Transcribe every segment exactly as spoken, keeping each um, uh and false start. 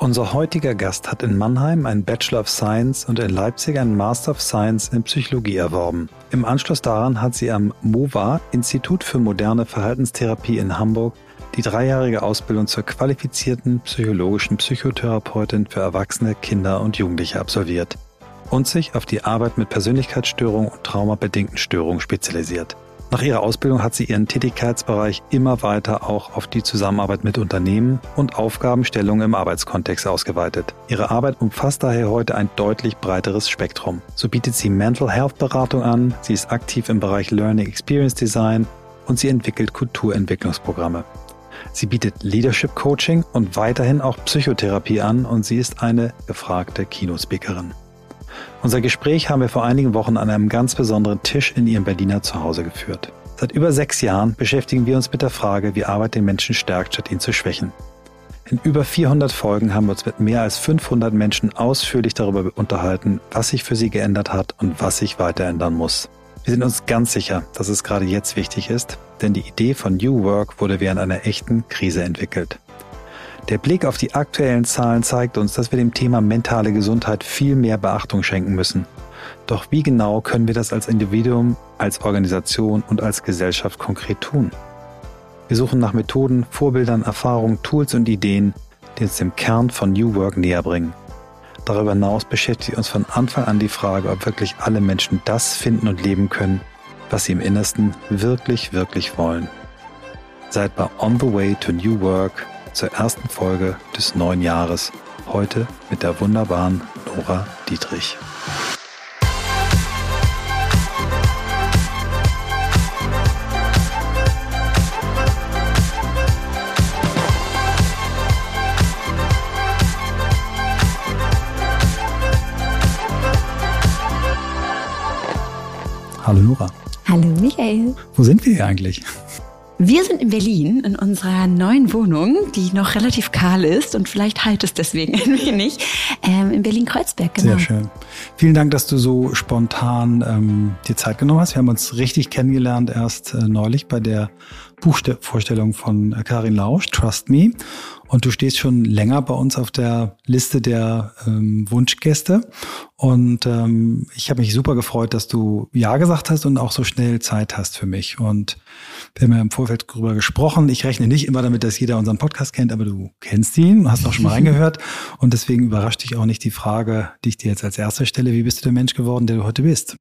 Unser heutiger Gast hat in Mannheim einen Bachelor of Science und in Leipzig einen Master of Science in Psychologie erworben. Im Anschluss daran hat sie am MOVA, Institut für moderne Verhaltenstherapie in Hamburg, die dreijährige Ausbildung zur qualifizierten psychologischen Psychotherapeutin für Erwachsene, Kinder und Jugendliche absolviert und sich auf die Arbeit mit Persönlichkeitsstörungen und traumabedingten Störungen spezialisiert. Nach ihrer Ausbildung hat sie ihren Tätigkeitsbereich immer weiter auch auf die Zusammenarbeit mit Unternehmen und Aufgabenstellungen im Arbeitskontext ausgeweitet. Ihre Arbeit umfasst daher heute ein deutlich breiteres Spektrum. So bietet sie Mental Health Beratung an, sie ist aktiv im Bereich Learning Experience Design und sie entwickelt Kulturentwicklungsprogramme. Sie bietet Leadership Coaching und weiterhin auch Psychotherapie an und sie ist eine gefragte Keynote-Speakerin. Unser Gespräch haben wir vor einigen Wochen an einem ganz besonderen Tisch in ihrem Berliner Zuhause geführt. Seit über sechs Jahren beschäftigen wir uns mit der Frage, wie Arbeit den Menschen stärkt, statt ihn zu schwächen. In über vierhundert Folgen haben wir uns mit mehr als fünfhundert Menschen ausführlich darüber unterhalten, was sich für sie geändert hat und was sich weiter ändern muss. Wir sind uns ganz sicher, dass es gerade jetzt wichtig ist, denn die Idee von New Work wurde während einer echten Krise entwickelt. Der Blick auf die aktuellen Zahlen zeigt uns, dass wir dem Thema mentale Gesundheit viel mehr Beachtung schenken müssen. Doch wie genau können wir das als Individuum, als Organisation und als Gesellschaft konkret tun? Wir suchen nach Methoden, Vorbildern, Erfahrungen, Tools und Ideen, die uns dem Kern von New Work näher bringen. Darüber hinaus beschäftigt uns von Anfang an die Frage, ob wirklich alle Menschen das finden und leben können, was sie im Innersten wirklich, wirklich wollen. Seid bei On the Way to New Work zur ersten Folge des neuen Jahres. Heute mit der wunderbaren Nora Dietrich. Hallo Nora. Hallo Michael. Wo sind wir hier eigentlich? Wir sind in Berlin in unserer neuen Wohnung, die noch relativ kahl ist und vielleicht halt es deswegen ein wenig, ähm, in Berlin-Kreuzberg. Genau. Sehr schön. Vielen Dank, dass du so spontan ähm, dir Zeit genommen hast. Wir haben uns richtig kennengelernt erst äh, neulich bei der Buchvorstellung von äh, Karin Lausch, Trust Me. Und du stehst schon länger bei uns auf der Liste der ähm, Wunschgäste. Und ähm, ich habe mich super gefreut, dass du Ja gesagt hast und auch so schnell Zeit hast für mich. Und wir haben ja im Vorfeld darüber gesprochen. Ich rechne nicht immer damit, dass jeder unseren Podcast kennt, aber du kennst ihn, hast auch schon mal reingehört. Und deswegen überrascht dich auch nicht die Frage, die ich dir jetzt als erste stelle. Wie bist du der Mensch geworden, der du heute bist?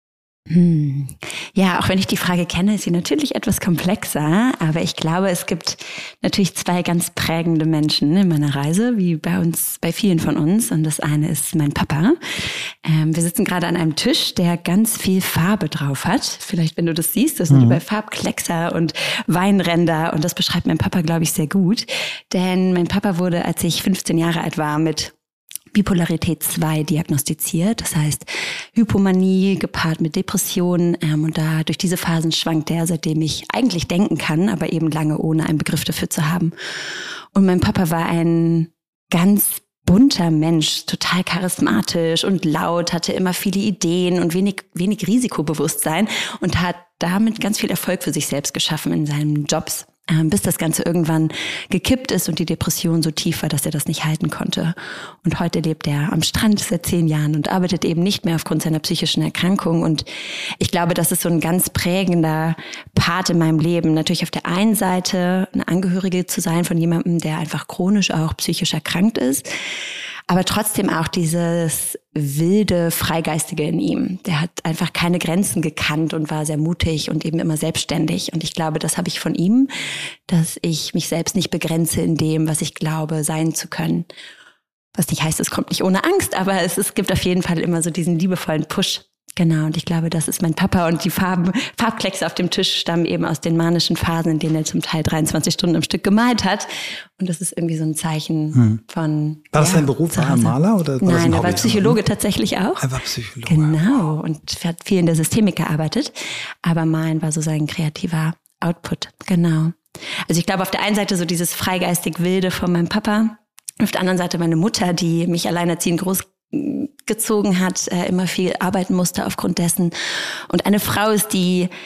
Hm. Ja, auch wenn ich die Frage kenne, ist sie natürlich etwas komplexer, aber ich glaube, es gibt natürlich zwei ganz prägende Menschen in meiner Reise, wie bei uns, bei vielen von uns. Und das eine ist mein Papa. Ähm, wir sitzen gerade an einem Tisch, der ganz viel Farbe drauf hat. Vielleicht, wenn du das siehst, das sind mhm. über Farbkleckser und Weinränder. Und das beschreibt mein Papa, glaube ich, sehr gut. Denn mein Papa wurde, als ich fünfzehn Jahre alt war, mit Bipolarität zwei diagnostiziert, das heißt Hypomanie gepaart mit Depressionen, ähm, und da durch diese Phasen schwankt er, seitdem ich eigentlich denken kann, aber eben lange ohne einen Begriff dafür zu haben. Und mein Papa war ein ganz bunter Mensch, total charismatisch und laut, hatte immer viele Ideen und wenig, wenig Risikobewusstsein und hat damit ganz viel Erfolg für sich selbst geschaffen in seinen Jobs. Ähm, bis das Ganze irgendwann gekippt ist und die Depression so tief war, dass er das nicht halten konnte. Und heute lebt er am Strand seit zehn Jahren und arbeitet eben nicht mehr aufgrund seiner psychischen Erkrankung. Und ich glaube, das ist so ein ganz prägender Part in meinem Leben. Natürlich auf der einen Seite eine Angehörige zu sein von jemandem, der einfach chronisch auch psychisch erkrankt ist. Aber trotzdem auch dieses wilde, Freigeistige in ihm. Der hat einfach keine Grenzen gekannt und war sehr mutig und eben immer selbstständig. Und ich glaube, das habe ich von ihm, dass ich mich selbst nicht begrenze in dem, was ich glaube, sein zu können. Was nicht heißt, es kommt nicht ohne Angst, aber es, es gibt auf jeden Fall immer so diesen liebevollen Push. Genau, und ich glaube, das ist mein Papa und die Farben, Farbklecks auf dem Tisch stammen eben aus den manischen Phasen, in denen er zum Teil dreiundzwanzig Stunden am Stück gemalt hat. Und das ist irgendwie so ein Zeichen hm. von... War das ja, sein Beruf? War er Maler? Oder war Nein, das er war Psychologe tatsächlich auch. Er war Psychologe. Genau, und hat viel in der Systemik gearbeitet. Aber Malen war so sein kreativer Output, genau. Also ich glaube, auf der einen Seite so dieses freigeistig Wilde von meinem Papa, auf der anderen Seite meine Mutter, die mich alleinerziehend groß gezogen hat, äh, immer viel arbeiten musste aufgrund dessen. Und eine Frau ist, die extrem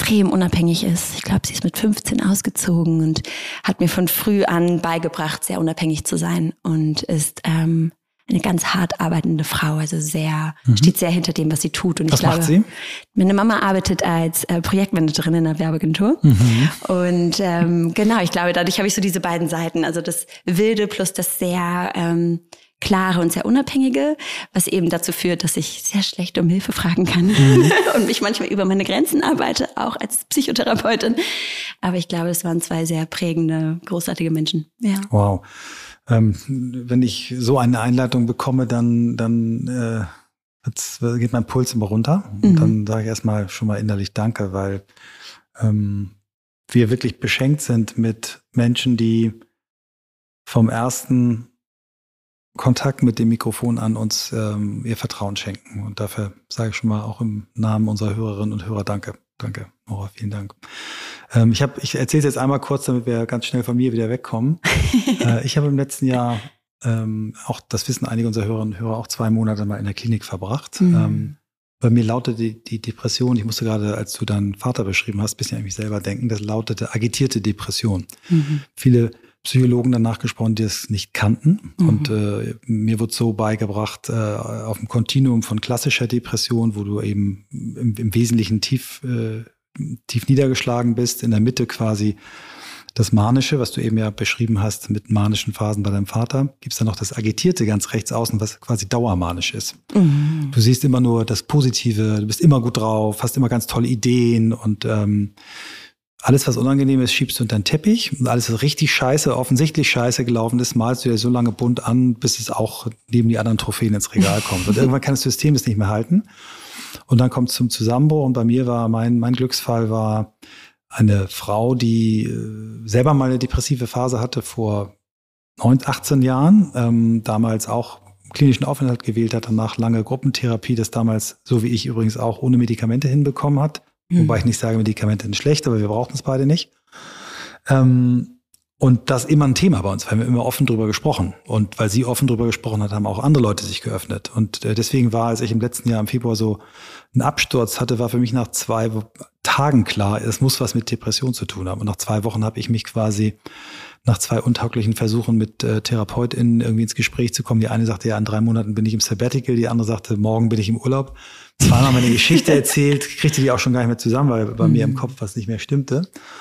extrem unabhängig ist. Ich glaube, sie ist mit fünfzehn ausgezogen und hat mir von früh an beigebracht, sehr unabhängig zu sein und ist ähm, eine ganz hart arbeitende Frau, also sehr, mhm. steht sehr hinter dem, was sie tut. Und was ich glaube, macht sie? Meine Mama arbeitet als äh, Projektmanagerin in einer Werbeagentur. Mhm. Und ähm, genau, ich glaube, dadurch habe ich so diese beiden Seiten, also das Wilde plus das sehr ähm, klare und sehr unabhängige, was eben dazu führt, dass ich sehr schlecht um Hilfe fragen kann mhm. und mich manchmal über meine Grenzen arbeite, auch als Psychotherapeutin. Aber ich glaube, es waren zwei sehr prägende, großartige Menschen. Ja. Wow. Ähm, wenn ich so eine Einleitung bekomme, dann, dann äh, geht mein Puls immer runter. Mhm. Und dann sage ich erstmal schon mal innerlich Danke, weil ähm, wir wirklich beschenkt sind mit Menschen, die vom ersten Kontakt mit dem Mikrofon an uns ähm, ihr Vertrauen schenken. Und dafür sage ich schon mal auch im Namen unserer Hörerinnen und Hörer Danke. Danke, Nora, vielen Dank. Ähm, ich hab, ich erzähle es jetzt einmal kurz, damit wir ganz schnell von mir wieder wegkommen. äh, ich habe im letzten Jahr, ähm, auch das wissen einige unserer Hörerinnen und Hörer, auch zwei Monate mal in der Klinik verbracht. Mhm. Ähm, bei mir lautete die, die Depression, ich musste gerade, als du deinen Vater beschrieben hast, ein bisschen an mich selber denken, das lautete agitierte Depression. Mhm. Viele Psychologen danach gesprochen, die es nicht kannten. Mhm. Und äh, mir wurde so beigebracht, äh, auf dem Kontinuum von klassischer Depression, wo du eben im, im Wesentlichen tief, äh, tief niedergeschlagen bist, in der Mitte quasi das Manische, was du eben ja beschrieben hast mit manischen Phasen bei deinem Vater, gibt es dann noch das Agitierte ganz rechts außen, was quasi dauermanisch ist. Mhm. Du siehst immer nur das Positive, du bist immer gut drauf, hast immer ganz tolle Ideen und ähm, alles, was unangenehm ist, schiebst du unter den Teppich. Und alles, was richtig scheiße, offensichtlich scheiße gelaufen ist, malst du dir so lange bunt an, bis es auch neben die anderen Trophäen ins Regal kommt. Und irgendwann kann das System es nicht mehr halten. Und dann kommt es zum Zusammenbruch. Und bei mir war mein, mein Glücksfall war eine Frau, die selber mal eine depressive Phase hatte vor achtzehn Jahren, ähm, damals auch klinischen Aufenthalt gewählt hat, danach lange Gruppentherapie, das damals, so wie ich übrigens auch, ohne Medikamente hinbekommen hat. Wobei ich nicht sage, Medikamente sind schlecht, aber wir brauchen es beide nicht. Ähm, und das immer ein Thema bei uns, weil wir immer offen drüber gesprochen. Und weil sie offen drüber gesprochen hat, haben auch andere Leute sich geöffnet. Und äh, deswegen war, als ich im letzten Jahr im Februar so einen Absturz hatte, war für mich nach zwei Tagen klar, es muss was mit Depression zu tun haben. Und nach zwei Wochen habe ich mich quasi nach zwei untauglichen Versuchen mit äh, TherapeutInnen irgendwie ins Gespräch zu kommen. Die eine sagte, ja, in drei Monaten bin ich im Sabbatical. Die andere sagte, morgen bin ich im Urlaub. Zweimal meine Geschichte erzählt, kriegte die auch schon gar nicht mehr zusammen, weil bei mhm. mir im Kopf was nicht mehr stimmte.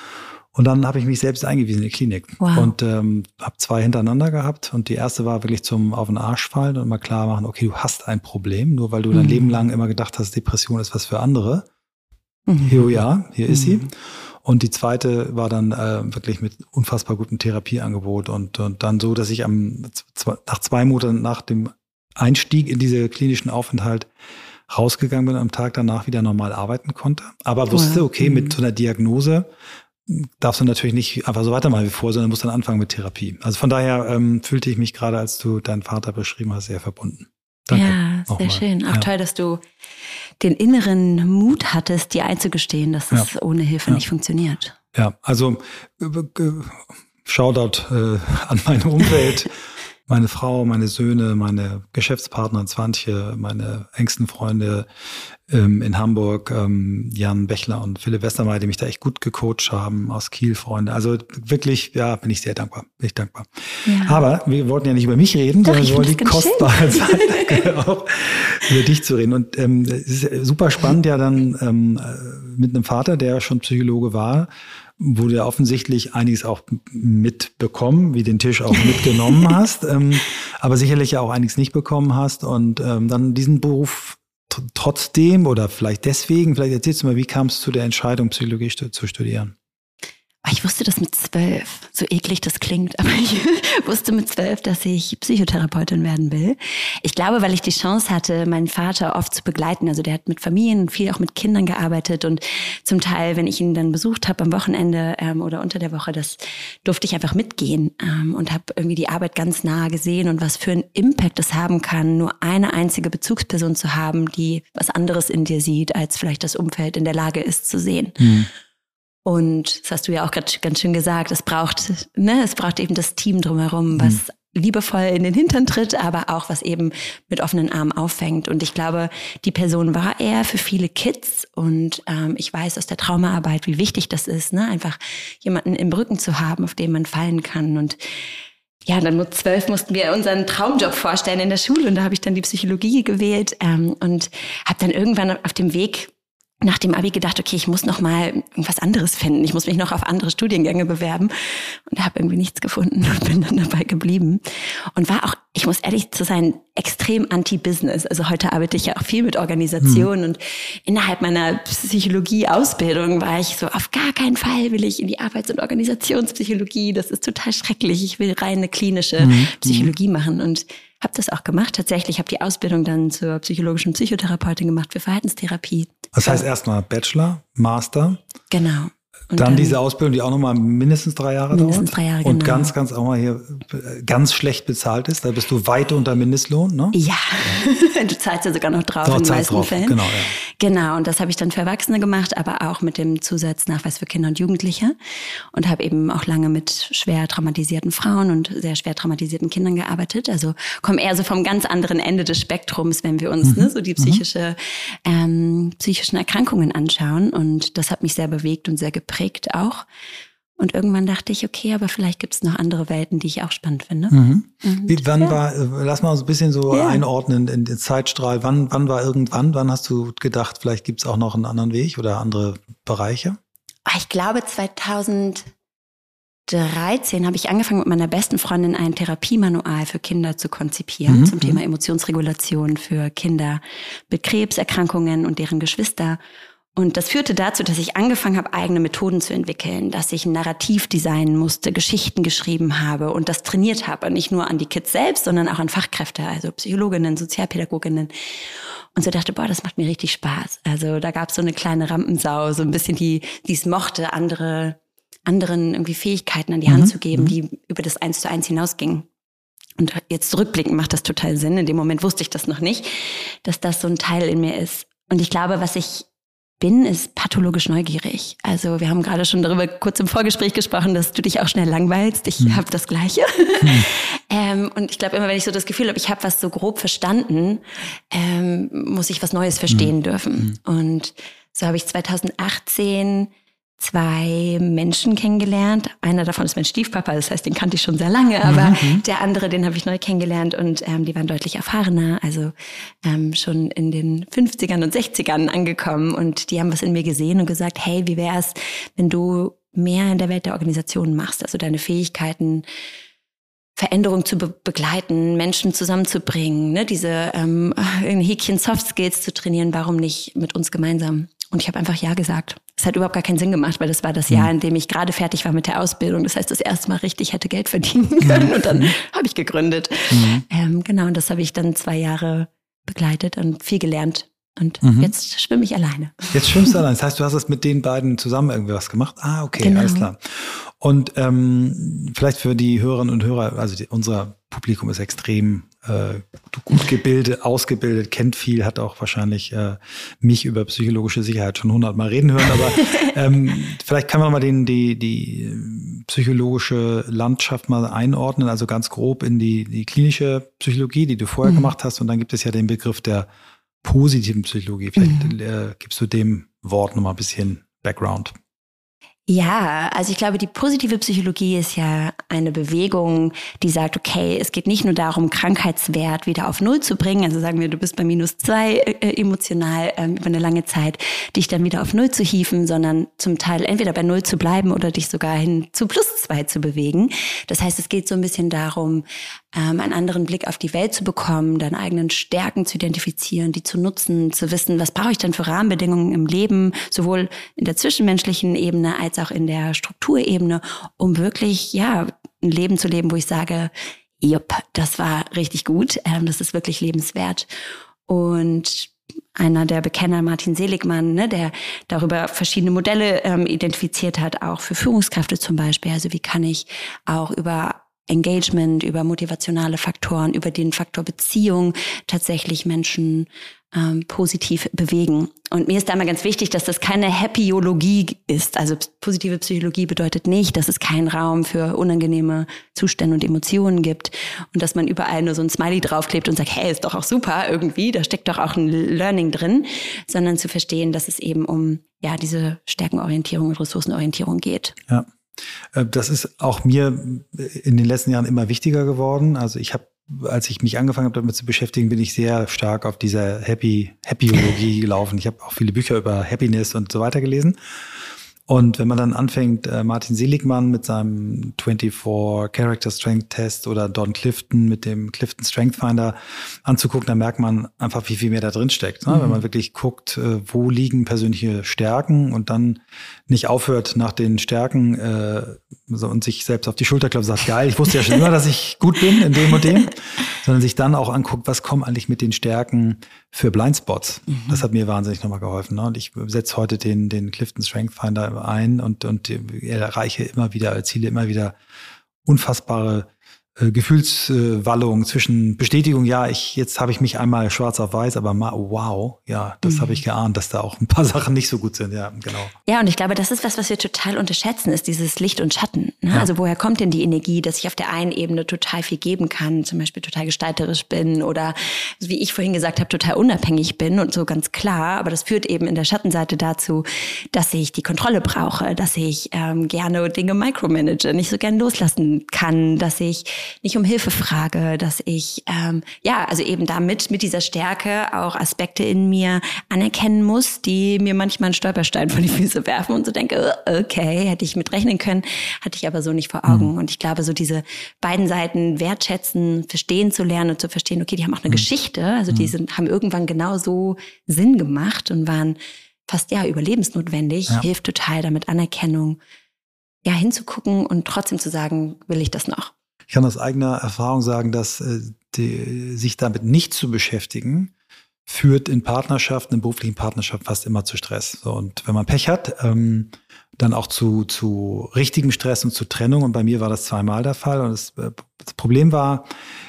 Und dann habe ich mich selbst eingewiesen in die Klinik. Wow. Und ähm, habe zwei hintereinander gehabt. Und die erste war wirklich zum auf den Arsch fallen und mal klar machen, okay, du hast ein Problem, nur weil du mhm. dein Leben lang immer gedacht hast, Depression ist was für andere. Mhm. Hier, ja, hier mhm. ist sie. Und die zweite war dann äh, wirklich mit unfassbar gutem Therapieangebot und, und dann so, dass ich am nach zwei Monaten nach dem Einstieg in diese klinischen Aufenthalt rausgegangen bin, am Tag danach wieder normal arbeiten konnte. Aber wusste, okay, mit so einer Diagnose darfst du natürlich nicht einfach so weitermachen wie vor, sondern musst dann anfangen mit Therapie. Also von daher ähm, fühlte ich mich gerade, als du deinen Vater beschrieben hast, sehr verbunden. Danke. Ja, sehr Nochmal. schön. Auch ja. toll, dass du den inneren Mut hattest, dir einzugestehen, dass es ja. ohne Hilfe ja. nicht funktioniert. Ja, also äh, äh, Shoutout äh, an meine Umwelt. Meine Frau, meine Söhne, meine Geschäftspartner, Zwantje, meine engsten Freunde ähm, in Hamburg, ähm, Jan Bechler und Philipp Westermeier, die mich da echt gut gecoacht haben, aus Kiel Freunde. Also wirklich, ja, bin ich sehr dankbar. Bin ich dankbar. Ja. Aber wir wollten ja nicht über mich reden, Doch, sondern wir wollen die kostbare schön. Zeit auch über dich zu reden. Und ähm, es ist super spannend ja dann ähm, mit einem Vater, der schon Psychologe war, wo du ja offensichtlich einiges auch mitbekommen, wie den Tisch auch mitgenommen hast, ähm, aber sicherlich ja auch einiges nicht bekommen hast und ähm, dann diesen Beruf t- trotzdem oder vielleicht deswegen, vielleicht erzählst du mal, wie kam es zu der Entscheidung, Psychologie stu- zu studieren? Ich wusste das mit zwölf, so eklig das klingt, aber ich wusste mit zwölf, dass ich Psychotherapeutin werden will. Ich glaube, weil ich die Chance hatte, meinen Vater oft zu begleiten. Also der hat mit Familien und viel auch mit Kindern gearbeitet und zum Teil, wenn ich ihn dann besucht habe am Wochenende ähm, oder unter der Woche, das durfte ich einfach mitgehen ähm, und habe irgendwie die Arbeit ganz nah gesehen und was für einen Impact es haben kann, nur eine einzige Bezugsperson zu haben, die was anderes in dir sieht, als vielleicht das Umfeld in der Lage ist zu sehen. Mhm. Und das hast du ja auch gerade ganz schön gesagt, es braucht, ne, es braucht eben das Team drumherum, was liebevoll in den Hintern tritt, aber auch was eben mit offenen Armen auffängt. Und ich glaube, die Person war er für viele Kids. Und ähm, ich weiß aus der Traumaarbeit, wie wichtig das ist, ne? Einfach jemanden im Rücken zu haben, auf den man fallen kann. Und ja, dann mit zwölf mussten wir unseren Traumjob vorstellen in der Schule. Und da habe ich dann die Psychologie gewählt ähm, und habe dann irgendwann auf dem Weg nach dem Abi gedacht, okay, ich muss noch mal irgendwas anderes finden. Ich muss mich noch auf andere Studiengänge bewerben und habe irgendwie nichts gefunden und bin dann dabei geblieben. Und war auch, ich muss ehrlich zu sein, extrem anti-Business. Also heute arbeite ich ja auch viel mit Organisationen hm. und innerhalb meiner Psychologie-Ausbildung war ich so, auf gar keinen Fall will ich in die Arbeits- und Organisationspsychologie. Das ist total schrecklich. Ich will rein eine klinische hm. Psychologie machen und habe das auch gemacht. Tatsächlich habe die Ausbildung dann zur psychologischen Psychotherapeutin gemacht für Verhaltenstherapie. Das heißt erstmal Bachelor, Master. Genau. Und dann, dann diese Ausbildung, die auch nochmal mindestens drei Jahre mindestens dauert. drei Jahre, und genau. ganz, ganz auch mal hier ganz schlecht bezahlt ist. Da bist du weit unter Mindestlohn, ne? Ja, du zahlst ja sogar noch drauf Doch, in den meisten drauf. Fällen. Genau, ja. Genau, und das habe ich dann für Erwachsene gemacht, aber auch mit dem Zusatznachweis für Kinder und Jugendliche. Und habe eben auch lange mit schwer traumatisierten Frauen und sehr schwer traumatisierten Kindern gearbeitet. Also komme eher so vom ganz anderen Ende des Spektrums, wenn wir uns mhm. ne, so die psychische, ähm, psychischen Erkrankungen anschauen. Und das hat mich sehr bewegt und sehr geprägt auch. Und irgendwann dachte ich, okay, aber vielleicht gibt es noch andere Welten, die ich auch spannend finde. Mhm. Wie, wann ja. war, lass mal so ein bisschen so ja. einordnen in den Zeitstrahl. Wann, wann war irgendwann, wann hast du gedacht, vielleicht gibt es auch noch einen anderen Weg oder andere Bereiche? Ich glaube, zweitausenddreizehn habe ich angefangen, mit meiner besten Freundin ein Therapiemanual für Kinder zu konzipieren mhm. zum Thema Emotionsregulation für Kinder mit Krebserkrankungen und deren Geschwister. Und das führte dazu, dass ich angefangen habe, eigene Methoden zu entwickeln, dass ich ein Narrativ designen musste, Geschichten geschrieben habe und das trainiert habe. Nicht nur an die Kids selbst, sondern auch an Fachkräfte, also Psychologinnen, Sozialpädagoginnen. Und so dachte, boah, das macht mir richtig Spaß. Also da gab es so eine kleine Rampensau, so ein bisschen, die die es mochte, andere anderen irgendwie Fähigkeiten an die Hand mhm. zu geben, die über das Eins zu eins hinausgingen. Und jetzt zurückblickend macht das total Sinn. In dem Moment wusste ich das noch nicht, dass das so ein Teil in mir ist. Und ich glaube, was ich bin, ist pathologisch neugierig. Also wir haben gerade schon darüber kurz im Vorgespräch gesprochen, dass du dich auch schnell langweilst. Ich hm. habe das Gleiche. Hm. ähm, und ich glaube, immer wenn ich so das Gefühl habe, ich habe was so grob verstanden, ähm, muss ich was Neues verstehen hm. dürfen. Hm. Und so habe ich zweitausendachtzehn zwei Menschen kennengelernt. Einer davon ist mein Stiefpapa, das heißt, den kannte ich schon sehr lange, aber mhm. der andere, den habe ich neu kennengelernt und ähm, die waren deutlich erfahrener, also ähm, schon in den fünfzigern und sechzigern angekommen und die haben was in mir gesehen und gesagt, hey, wie wär's, wenn du mehr in der Welt der Organisation machst, also deine Fähigkeiten, Veränderung zu be- begleiten, Menschen zusammenzubringen, ne, diese ähm, ein Häkchen Soft Skills zu trainieren, warum nicht mit uns gemeinsam? Und ich habe einfach Ja gesagt. Es hat überhaupt gar keinen Sinn gemacht, weil das war das Jahr, in dem ich gerade fertig war mit der Ausbildung. Das heißt, das erste Mal richtig hätte Geld verdienen können und dann habe ich gegründet. Mhm. Ähm, genau, und das habe ich dann zwei Jahre begleitet und viel gelernt. Und mhm. jetzt schwimme ich alleine. Jetzt schwimmst du alleine. Das heißt, du hast das mit den beiden zusammen irgendwie was gemacht? Ah, okay, genau. Alles klar. Und ähm, vielleicht für die Hörerinnen und Hörer, also die, unser Publikum ist extrem äh, gut gebildet, ausgebildet, kennt viel, hat auch wahrscheinlich äh, mich über psychologische Sicherheit schon hundertmal reden hören. Aber ähm, vielleicht kann man mal den, die, die psychologische Landschaft mal einordnen, also ganz grob in die, die klinische Psychologie, die du vorher mhm. gemacht hast. Und dann gibt es ja den Begriff der positiven Psychologie. Vielleicht mhm. äh, gibst du dem Wort nochmal ein bisschen Background. Ja, also ich glaube, die positive Psychologie ist ja eine Bewegung, die sagt, okay, es geht nicht nur darum, Krankheitswert wieder auf Null zu bringen, also sagen wir, du bist bei minus zwei äh, emotional ähm, über eine lange Zeit, dich dann wieder auf Null zu hieven, sondern zum Teil entweder bei Null zu bleiben oder dich sogar hin zu plus zwei zu bewegen. Das heißt, es geht so ein bisschen darum, ähm, einen anderen Blick auf die Welt zu bekommen, deine eigenen Stärken zu identifizieren, die zu nutzen, zu wissen, was brauche ich denn für Rahmenbedingungen im Leben, sowohl in der zwischenmenschlichen Ebene als auch in der Strukturebene, um wirklich, ja, ein Leben zu leben, wo ich sage, jupp, das war richtig gut, ähm, das ist wirklich lebenswert. Und einer der Bekenner, Martin Seligmann, ne, der darüber verschiedene Modelle ähm, identifiziert hat, auch für Führungskräfte zum Beispiel. Also wie kann ich auch über Engagement, über motivationale Faktoren, über den Faktor Beziehung tatsächlich Menschen ähm, positiv bewegen. Und mir ist da mal ganz wichtig, dass das keine Happyologie ist. Also positive Psychologie bedeutet nicht, dass es keinen Raum für unangenehme Zustände und Emotionen gibt und dass man überall nur so ein Smiley draufklebt und sagt, hey, ist doch auch super irgendwie, da steckt doch auch ein Learning drin, sondern zu verstehen, dass es eben um ja diese Stärkenorientierung und Ressourcenorientierung geht. Ja, das ist auch mir in den letzten Jahren immer wichtiger geworden. Also ich habe Als ich mich angefangen habe, damit zu beschäftigen, bin ich sehr stark auf dieser Happy, Happyologie gelaufen. Ich habe auch viele Bücher über Happiness und so weiter gelesen. Und wenn man dann anfängt, äh, Martin Seligmann mit seinem vierundzwanzig Character Strength Test oder Don Clifton mit dem Clifton Strength Finder anzugucken, dann merkt man einfach, wie viel mehr da drin steckt. Ne? Mhm. Wenn man wirklich guckt, äh, wo liegen persönliche Stärken und dann nicht aufhört nach den Stärken äh, so, und sich selbst auf die Schulter klopft und sagt, geil, ich wusste ja schon immer, dass ich gut bin in dem und dem, sondern sich dann auch anguckt, was kommen eigentlich mit den Stärken für Blindspots. Mhm. Das hat mir wahnsinnig nochmal geholfen. Ne? Und ich setze heute den, den Clifton Strength Finder ein und, und erreiche immer wieder, erziele immer wieder unfassbare äh, Gefühlswallungen äh, zwischen Bestätigung, ja, ich jetzt habe ich mich einmal schwarz auf weiß, aber mal, wow, ja, das mhm. habe ich geahnt, dass da auch ein paar Sachen nicht so gut sind, ja, genau. Ja, und ich glaube, das ist was, was wir total unterschätzen, ist dieses Licht und Schatten. Ne? Ja. Also woher kommt denn die Energie, dass ich auf der einen Ebene total viel geben kann, zum Beispiel total gestalterisch bin oder, wie ich vorhin gesagt habe, total unabhängig bin und so ganz klar, aber das führt eben in der Schattenseite dazu, dass ich die Kontrolle brauche, dass ich ähm, gerne Dinge micromanage, nicht so gern loslassen kann, dass ich nicht um Hilfe frage, dass ich, ähm, ja, also eben damit, mit dieser Stärke auch Aspekte in mir anerkennen muss, die mir manchmal einen Stolperstein vor die Füße werfen und so denke, okay, hätte ich mit rechnen können, hatte ich aber so nicht vor Augen. Mhm. Und ich glaube, so diese beiden Seiten wertschätzen, verstehen zu lernen und zu verstehen, okay, die haben auch eine mhm. Geschichte, also die sind, haben irgendwann genauso Sinn gemacht und waren fast, ja, überlebensnotwendig, ja. Hilft total, damit Anerkennung, ja, hinzugucken und trotzdem zu sagen, will ich das noch? Ich kann aus eigener Erfahrung sagen, dass äh, die, sich damit nicht zu beschäftigen, führt in Partnerschaften, in beruflichen Partnerschaften fast immer zu Stress. So, und wenn man Pech hat, ähm, dann auch zu, zu richtigem Stress und zu Trennung. Und bei mir war das zweimal der Fall. Und das, äh, das Problem war,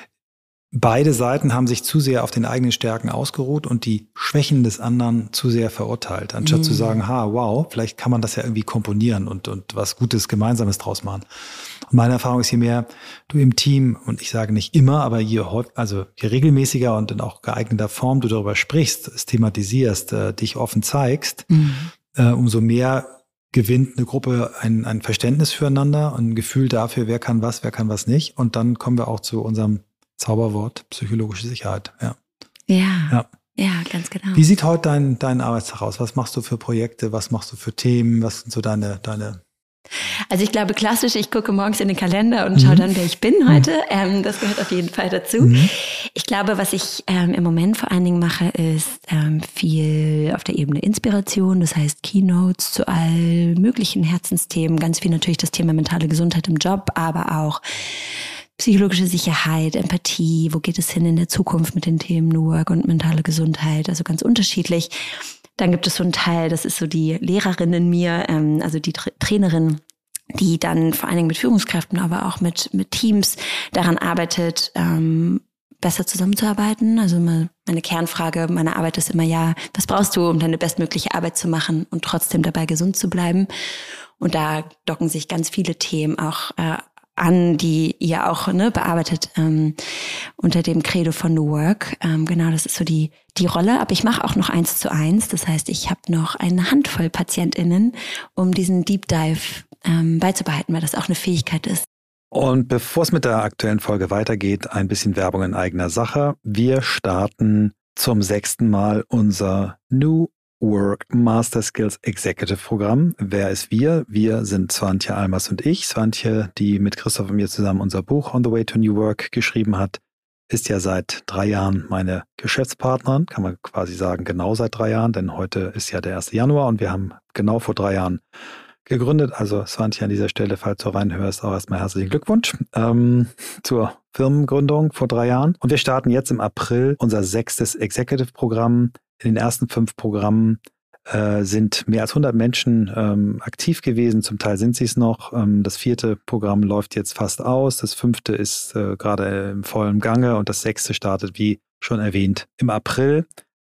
beide Seiten haben sich zu sehr auf den eigenen Stärken ausgeruht und die Schwächen des anderen zu sehr verurteilt, anstatt mhm. zu sagen, ha, wow, vielleicht kann man das ja irgendwie komponieren und, und was Gutes, Gemeinsames draus machen. Und meine Erfahrung ist, je mehr du im Team, und ich sage nicht immer, aber je, also je regelmäßiger und in auch geeigneter Form du darüber sprichst, es thematisierst, äh, dich offen zeigst, mhm. äh, umso mehr gewinnt eine Gruppe ein, ein Verständnis füreinander und ein Gefühl dafür, wer kann was, wer kann was nicht. Und dann kommen wir auch zu unserem Zauberwort, psychologische Sicherheit. Ja, ja, ja. ja ganz genau. Wie sieht heute dein, dein Arbeitstag aus? Was machst du für Projekte? Was machst du für Themen? Was sind so deine, deine Also ich glaube klassisch, ich gucke morgens in den Kalender und schaue mhm. dann, wer ich bin heute. Mhm. Ähm, das gehört auf jeden Fall dazu. Mhm. Ich glaube, was ich ähm, im Moment vor allen Dingen mache, ist ähm, viel auf der Ebene Inspiration. Das heißt Keynotes zu all möglichen Herzensthemen. Ganz viel natürlich das Thema mentale Gesundheit im Job, aber auch psychologische Sicherheit, Empathie. Wo geht es hin in der Zukunft mit den Themen New Work und mentale Gesundheit? Also ganz unterschiedlich. Dann gibt es so einen Teil, das ist so die Lehrerin in mir, ähm, also die Tra- Trainerin, die dann vor allen Dingen mit Führungskräften, aber auch mit mit Teams daran arbeitet, ähm, besser zusammenzuarbeiten. Also meine Kernfrage meiner Arbeit ist immer, ja, was brauchst du, um deine bestmögliche Arbeit zu machen und trotzdem dabei gesund zu bleiben? Und da docken sich ganz viele Themen auch äh, an, die ihr auch ne, bearbeitet ähm, unter dem Credo von New Work. Ähm, genau, das ist so die die Rolle. Aber ich mache auch noch eins zu eins. Das heißt, ich habe noch eine Handvoll PatientInnen, um diesen Deep Dive ähm, beizubehalten, weil das auch eine Fähigkeit ist. Und bevor es mit der aktuellen Folge weitergeht, ein bisschen Werbung in eigener Sache. Wir starten zum sechsten Mal unser New Work Master Skills Executive Programm. Wer ist wir? Wir sind Swantje Almers und ich. Swantje, die mit Christoph und mir zusammen unser Buch On the Way to New Work geschrieben hat, ist ja seit drei Jahren meine Geschäftspartnerin, kann man quasi sagen, genau seit drei Jahren, denn heute ist ja der erste Januar und wir haben genau vor drei Jahren gegründet. Also Swantje, an dieser Stelle, falls du reinhörst, auch erstmal herzlichen Glückwunsch ähm, zur Firmengründung vor drei Jahren. Und wir starten jetzt im April unser sechstes Executive-Programm. In den ersten fünf Programmen äh, sind mehr als hundert Menschen ähm, aktiv gewesen. Zum Teil sind sie es noch. Ähm, das vierte Programm läuft jetzt fast aus. Das fünfte ist äh, gerade im vollen Gange und das sechste startet, wie schon erwähnt, im April.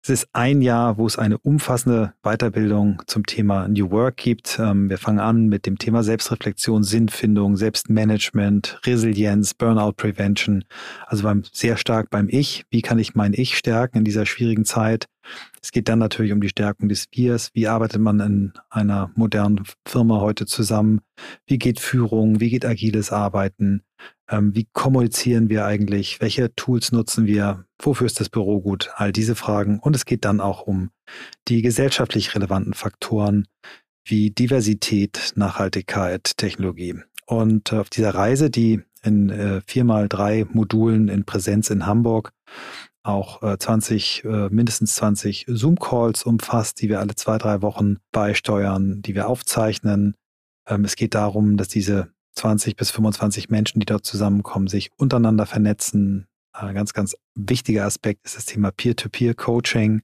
Es ist ein Jahr, wo es eine umfassende Weiterbildung zum Thema New Work gibt. Wir fangen an mit dem Thema Selbstreflexion, Sinnfindung, Selbstmanagement, Resilienz, Burnout Prevention. Also beim, sehr stark beim Ich. Wie kann ich mein Ich stärken in dieser schwierigen Zeit? Es geht dann natürlich um die Stärkung des Wirs. Wie arbeitet man in einer modernen Firma heute zusammen? Wie geht Führung? Wie geht agiles Arbeiten? Ähm, wie kommunizieren wir eigentlich? Welche Tools nutzen wir? Wofür ist das Büro gut? All diese Fragen. Und es geht dann auch um die gesellschaftlich relevanten Faktoren wie Diversität, Nachhaltigkeit, Technologie. Und auf dieser Reise, die in äh, vier mal drei Modulen in Präsenz in Hamburg auch äh, zwanzig, äh, mindestens zwanzig Zoom-Calls umfasst, die wir alle zwei, drei Wochen beisteuern, die wir aufzeichnen. Ähm, es geht darum, dass diese zwanzig bis fünfundzwanzig Menschen, die dort zusammenkommen, sich untereinander vernetzen. Ein ganz, ganz wichtiger Aspekt ist das Thema Peer-to-Peer-Coaching.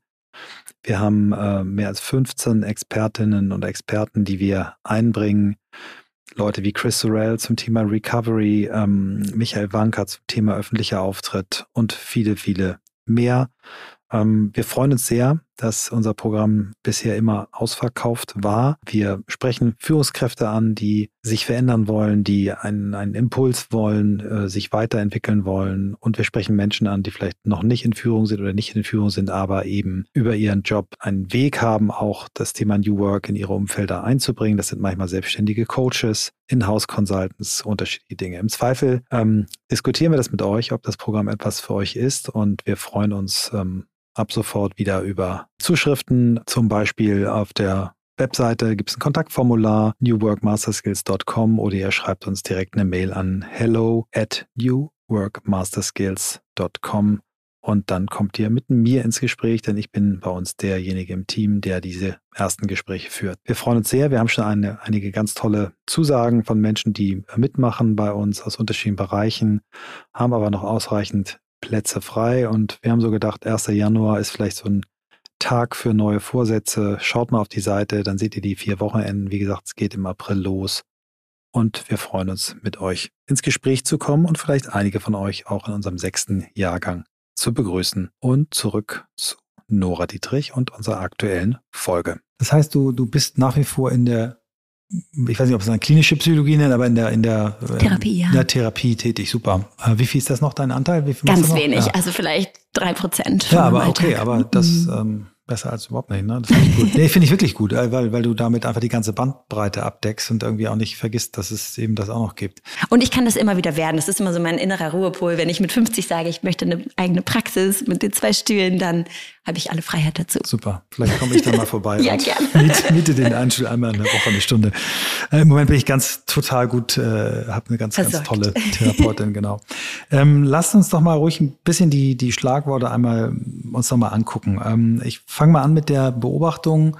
Wir haben äh, mehr als fünfzehn Expertinnen und Experten, die wir einbringen. Leute wie Chris Sorrell zum Thema Recovery, ähm, Michael Wanka zum Thema öffentlicher Auftritt und viele, viele mehr. Ähm, wir freuen uns sehr, dass unser Programm bisher immer ausverkauft war. Wir sprechen Führungskräfte an, die sich verändern wollen, die einen, einen Impuls wollen, äh, sich weiterentwickeln wollen. Und wir sprechen Menschen an, die vielleicht noch nicht in Führung sind oder nicht in Führung sind, aber eben über ihren Job einen Weg haben, auch das Thema New Work in ihre Umfelder einzubringen. Das sind manchmal selbstständige Coaches, In-House-Consultants, unterschiedliche Dinge. Im Zweifel ähm, diskutieren wir das mit euch, ob das Programm etwas für euch ist. Und wir freuen uns ähm, ab sofort wieder über Zuschriften, zum Beispiel auf der Webseite gibt es ein Kontaktformular, new work master skills dot com, oder ihr schreibt uns direkt eine Mail an hello at new work master skills dot com und dann kommt ihr mit mir ins Gespräch, denn ich bin bei uns derjenige im Team, der diese ersten Gespräche führt. Wir freuen uns sehr, wir haben schon eine, einige ganz tolle Zusagen von Menschen, die mitmachen bei uns aus unterschiedlichen Bereichen, haben aber noch ausreichend Plätze frei und wir haben so gedacht, erster Januar ist vielleicht so ein Tag für neue Vorsätze. Schaut mal auf die Seite, dann seht ihr die vier Wochenenden. Wie gesagt, es geht im April los und wir freuen uns, mit euch ins Gespräch zu kommen und vielleicht einige von euch auch in unserem sechsten Jahrgang zu begrüßen. Und zurück zu Nora Dietrich und unserer aktuellen Folge. Das heißt, du, du bist nach wie vor in der, ich weiß nicht, ob es eine klinische Psychologie nennt, aber in der, in der Therapie, ja. in der Therapie tätig. Super. Wie viel ist das noch, dein Anteil? Wie viel Ganz wenig, ja. Also vielleicht drei Prozent. Ja, aber okay, aber das ähm, besser als überhaupt nicht, ne? Das finde ich gut. Nee, finde ich wirklich gut, weil, weil du damit einfach die ganze Bandbreite abdeckst und irgendwie auch nicht vergisst, dass es eben das auch noch gibt. Und ich kann das immer wieder werden. Das ist immer so mein innerer Ruhepol. Wenn ich mit fünfzig sage, ich möchte eine eigene Praxis mit den zwei Stühlen, dann habe ich alle Freiheit dazu. Super. Vielleicht komme ich da mal vorbei. Ja, und gerne. Miete, miete den Einstuhl einmal in der Woche eine Stunde. Äh, Im Moment bin ich ganz total gut, äh, habe eine ganz, Versorgt. ganz tolle Therapeutin, genau. Ähm, lasst uns doch mal ruhig ein bisschen die, die Schlagworte einmal uns noch mal angucken. Ähm, ich fange mal an mit der Beobachtung.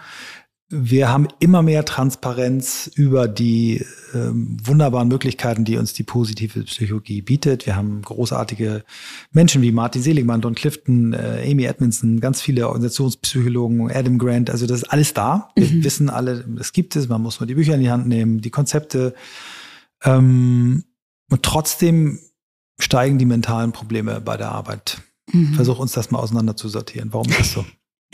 Wir haben immer mehr Transparenz über die ähm, wunderbaren Möglichkeiten, die uns die positive Psychologie bietet. Wir haben großartige Menschen wie Martin Seligmann, Don Clifton, äh, Amy Edmondson, ganz viele Organisationspsychologen, Adam Grant. Also das ist alles da. Wir mhm. wissen alle, es gibt es. Man muss nur die Bücher in die Hand nehmen, die Konzepte. Ähm, und trotzdem steigen die mentalen Probleme bei der Arbeit. Mhm. Versuch uns das mal auseinander zu sortieren. Warum ist das so?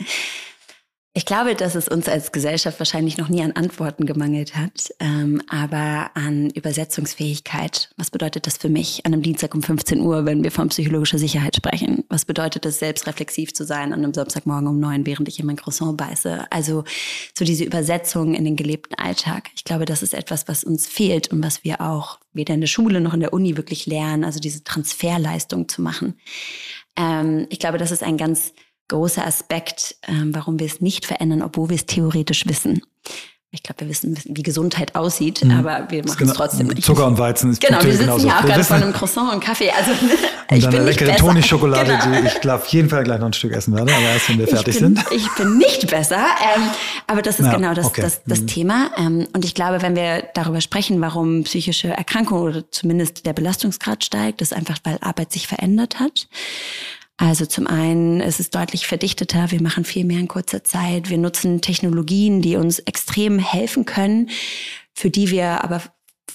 Ich glaube, dass es uns als Gesellschaft wahrscheinlich noch nie an Antworten gemangelt hat, ähm, aber an Übersetzungsfähigkeit. Was bedeutet das für mich an einem Dienstag um fünfzehn Uhr, wenn wir von psychologischer Sicherheit sprechen? Was bedeutet es, selbstreflexiv zu sein an einem Samstagmorgen um neun, während ich in mein Croissant beiße? Also so diese Übersetzung in den gelebten Alltag. Ich glaube, das ist etwas, was uns fehlt und was wir auch weder in der Schule noch in der Uni wirklich lernen, also diese Transferleistung zu machen. Ähm, ich glaube, das ist ein ganz großer Aspekt, ähm, warum wir es nicht verändern, obwohl wir es theoretisch wissen. Ich glaube, wir wissen, wie Gesundheit aussieht, mhm. aber wir machen genau, es trotzdem nicht. Zucker und Weizen ist genau, wir sitzen genauso. ja auch gerade vor einem Croissant und Kaffee. Also und ich dann bin eine nicht leckere besser. Toni-Schokolade, Genau. die ich glaube auf jeden Fall gleich noch ein Stück essen werde, aber erst wenn wir fertig ich bin, sind. Ich bin nicht besser, ähm, aber das ist ja, genau das, okay. das, das mhm. Thema. Ähm, und ich glaube, wenn wir darüber sprechen, warum psychische Erkrankungen oder zumindest der Belastungsgrad steigt, ist einfach, weil Arbeit sich verändert hat. Also zum einen, es ist deutlich verdichteter, wir machen viel mehr in kurzer Zeit, wir nutzen Technologien, die uns extrem helfen können, für die wir aber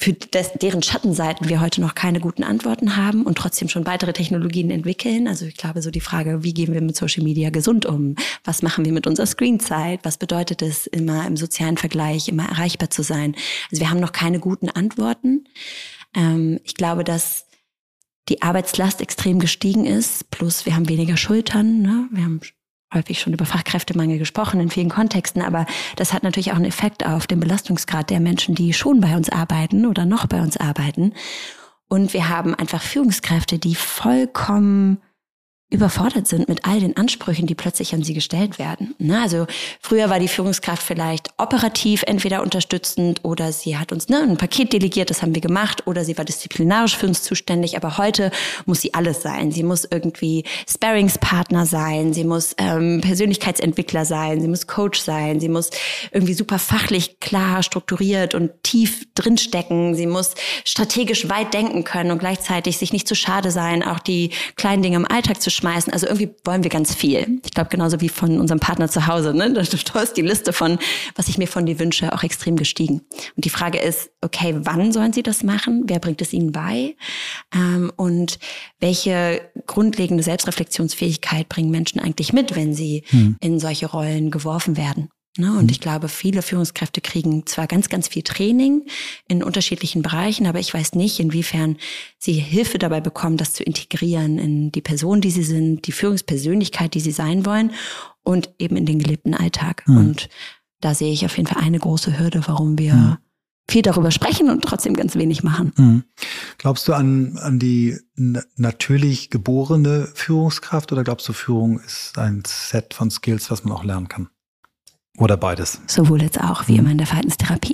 für das, deren Schattenseiten wir heute noch keine guten Antworten haben und trotzdem schon weitere Technologien entwickeln. Also ich glaube, so die Frage, wie gehen wir mit Social Media gesund um? Was machen wir mit unserer Screenzeit? Was bedeutet es, immer im sozialen Vergleich, immer erreichbar zu sein? Also wir haben noch keine guten Antworten. Ähm, ich glaube, dass die Arbeitslast extrem gestiegen ist, plus wir haben weniger Schultern, ne? Wir haben häufig schon über Fachkräftemangel gesprochen in vielen Kontexten, aber das hat natürlich auch einen Effekt auf den Belastungsgrad der Menschen, die schon bei uns arbeiten oder noch bei uns arbeiten. Und wir haben einfach Führungskräfte, die vollkommen überfordert sind mit all den Ansprüchen, die plötzlich an sie gestellt werden. Ne? Also früher war die Führungskraft vielleicht operativ entweder unterstützend oder sie hat uns ne, ein Paket delegiert, das haben wir gemacht, oder sie war disziplinarisch für uns zuständig. Aber heute muss sie alles sein. Sie muss irgendwie Sparringspartner sein, sie muss ähm, Persönlichkeitsentwickler sein, sie muss Coach sein, sie muss irgendwie super fachlich klar strukturiert und tief drinstecken. Sie muss strategisch weit denken können und gleichzeitig sich nicht zu schade sein, auch die kleinen Dinge im Alltag zu schmeißen. Also irgendwie wollen wir ganz viel. Ich glaube, genauso wie von unserem Partner zu Hause. Ne? Du hast die Liste von, was ich mir von dir wünsche, auch extrem gestiegen. Und die Frage ist, okay, wann sollen sie das machen? Wer bringt es ihnen bei? Ähm, und welche grundlegende Selbstreflexionsfähigkeit bringen Menschen eigentlich mit, wenn sie hm. in solche Rollen geworfen werden? Ne, und ich glaube, viele Führungskräfte kriegen zwar ganz, ganz viel Training in unterschiedlichen Bereichen, aber ich weiß nicht, inwiefern sie Hilfe dabei bekommen, das zu integrieren in die Person, die sie sind, die Führungspersönlichkeit, die sie sein wollen und eben in den gelebten Alltag. Mhm. Und da sehe ich auf jeden Fall eine große Hürde, warum wir mhm. viel darüber sprechen und trotzdem ganz wenig machen. Mhm. Glaubst du an, an die n- natürlich geborene Führungskraft oder glaubst du, Führung ist ein Set von Skills, was man auch lernen kann? Oder beides? Sowohl jetzt auch, wie immer in der Verhaltenstherapie.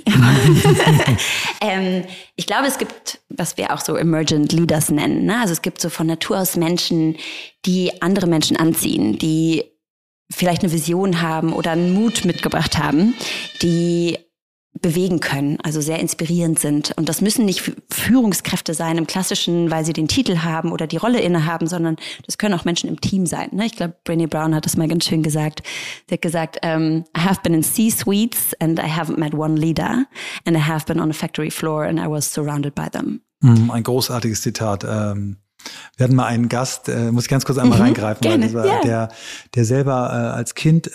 ähm, ich glaube, es gibt, was wir auch so Emergent Leaders nennen. Ne? Also es gibt so von Natur aus Menschen, die andere Menschen anziehen, die vielleicht eine Vision haben oder einen Mut mitgebracht haben, die bewegen können, also sehr inspirierend sind. Und das müssen nicht Führungskräfte sein im Klassischen, weil sie den Titel haben oder die Rolle innehaben, sondern das können auch Menschen im Team sein. Ne? Ich glaube, Brené Brown hat das mal ganz schön gesagt. Sie hat gesagt, um, I have been in C-suites and I haven't met one leader and I have been on a factory floor and I was surrounded by them. Ein großartiges Zitat. Wir hatten mal einen Gast, muss ich ganz kurz einmal mhm, reingreifen, gerne, weil das war ja. der, der selber als Kind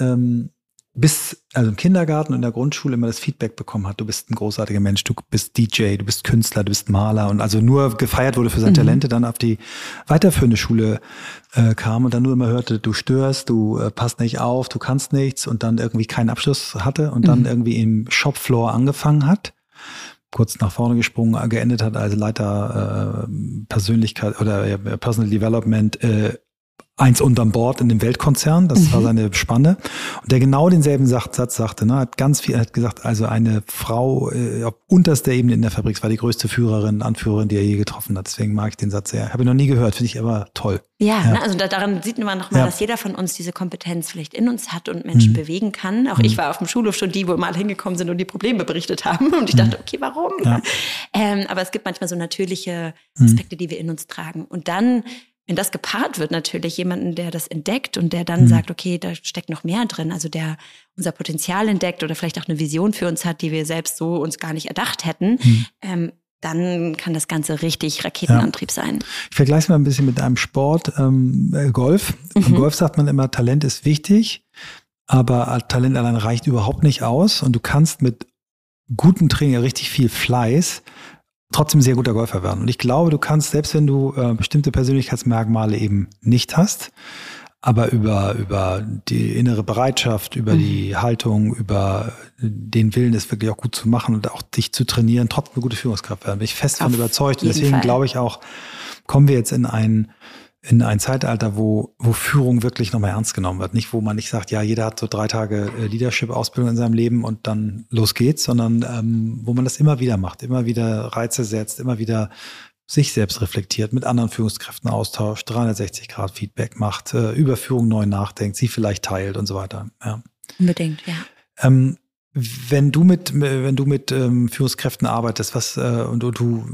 bis, also im Kindergarten und in der Grundschule immer das Feedback bekommen hat, du bist ein großartiger Mensch, du bist D J, du bist Künstler, du bist Maler und also nur gefeiert wurde für seine mhm. Talente, dann auf die weiterführende Schule äh, kam und dann nur immer hörte, du störst, du äh, passt nicht auf, du kannst nichts und dann irgendwie keinen Abschluss hatte und dann mhm. irgendwie im Shopfloor angefangen hat, kurz nach vorne gesprungen, geendet hat als Leiter äh, Persönlichkeit oder äh, Personal Development äh, eins unterm Bord in dem Weltkonzern, das mhm. war seine Spanne. Und der genau denselben Satz sagte, ne, hat ganz viel, hat gesagt, also eine Frau äh, auf unterster Ebene in der Fabrik war die größte Führerin, Anführerin, die er je getroffen hat. Deswegen mag ich den Satz sehr. Habe ich noch nie gehört, finde ich aber toll. Ja, ja. Ne, also da, daran sieht man nochmal, ja. dass jeder von uns diese Kompetenz vielleicht in uns hat und Menschen mhm. bewegen kann. Auch mhm. ich war auf dem Schulhof schon die, wo mal hingekommen sind und die Probleme berichtet haben. Und ich dachte, okay, warum? Ja. Ähm, aber es gibt manchmal so natürliche Aspekte, mhm. die wir in uns tragen. Und dann wenn das gepaart wird, natürlich jemanden, der das entdeckt und der dann mhm. sagt, okay, da steckt noch mehr drin, also der unser Potenzial entdeckt oder vielleicht auch eine Vision für uns hat, die wir selbst so uns gar nicht erdacht hätten, mhm. ähm, dann kann das Ganze richtig Raketenantrieb ja. sein. Ich vergleiche es mal ein bisschen mit einem Sport, ähm, Golf. Mhm. Im Golf sagt man immer, Talent ist wichtig, aber Talent allein reicht überhaupt nicht aus und du kannst mit gutem Training, richtig viel Fleiß, trotzdem sehr guter Golfer werden. Und ich glaube, du kannst, selbst wenn du äh, bestimmte Persönlichkeitsmerkmale eben nicht hast, aber über, über die innere Bereitschaft, über mhm. die Haltung, über den Willen, es wirklich auch gut zu machen und auch dich zu trainieren, trotzdem eine gute Führungskraft werden. Bin ich fest davon überzeugt. Und deswegen Fall. glaube ich auch, kommen wir jetzt in ein in ein Zeitalter, wo, wo Führung wirklich nochmal ernst genommen wird. Nicht, wo man nicht sagt, ja, jeder hat so drei Tage Leadership-Ausbildung in seinem Leben und dann los geht's, sondern ähm, wo man das immer wieder macht, immer wieder Reize setzt, immer wieder sich selbst reflektiert, mit anderen Führungskräften austauscht, dreihundertsechzig Grad Feedback macht, äh, über Führung neu nachdenkt, sie vielleicht teilt und so weiter. Ja. Unbedingt, ja. Ähm, wenn du mit, wenn du mit ähm, Führungskräften arbeitest, was äh, und, und du,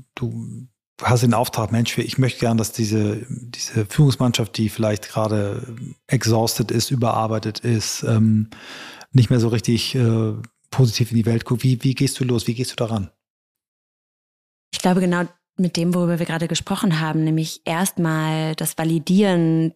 du hast den Auftrag, Mensch, ich möchte gern, dass diese, diese Führungsmannschaft, die vielleicht gerade exhausted ist, überarbeitet ist, ähm, nicht mehr so richtig äh, positiv in die Welt guckt. Wie, wie gehst du los? Wie gehst du daran? Ich glaube genau mit dem, worüber wir gerade gesprochen haben, nämlich erstmal das Validieren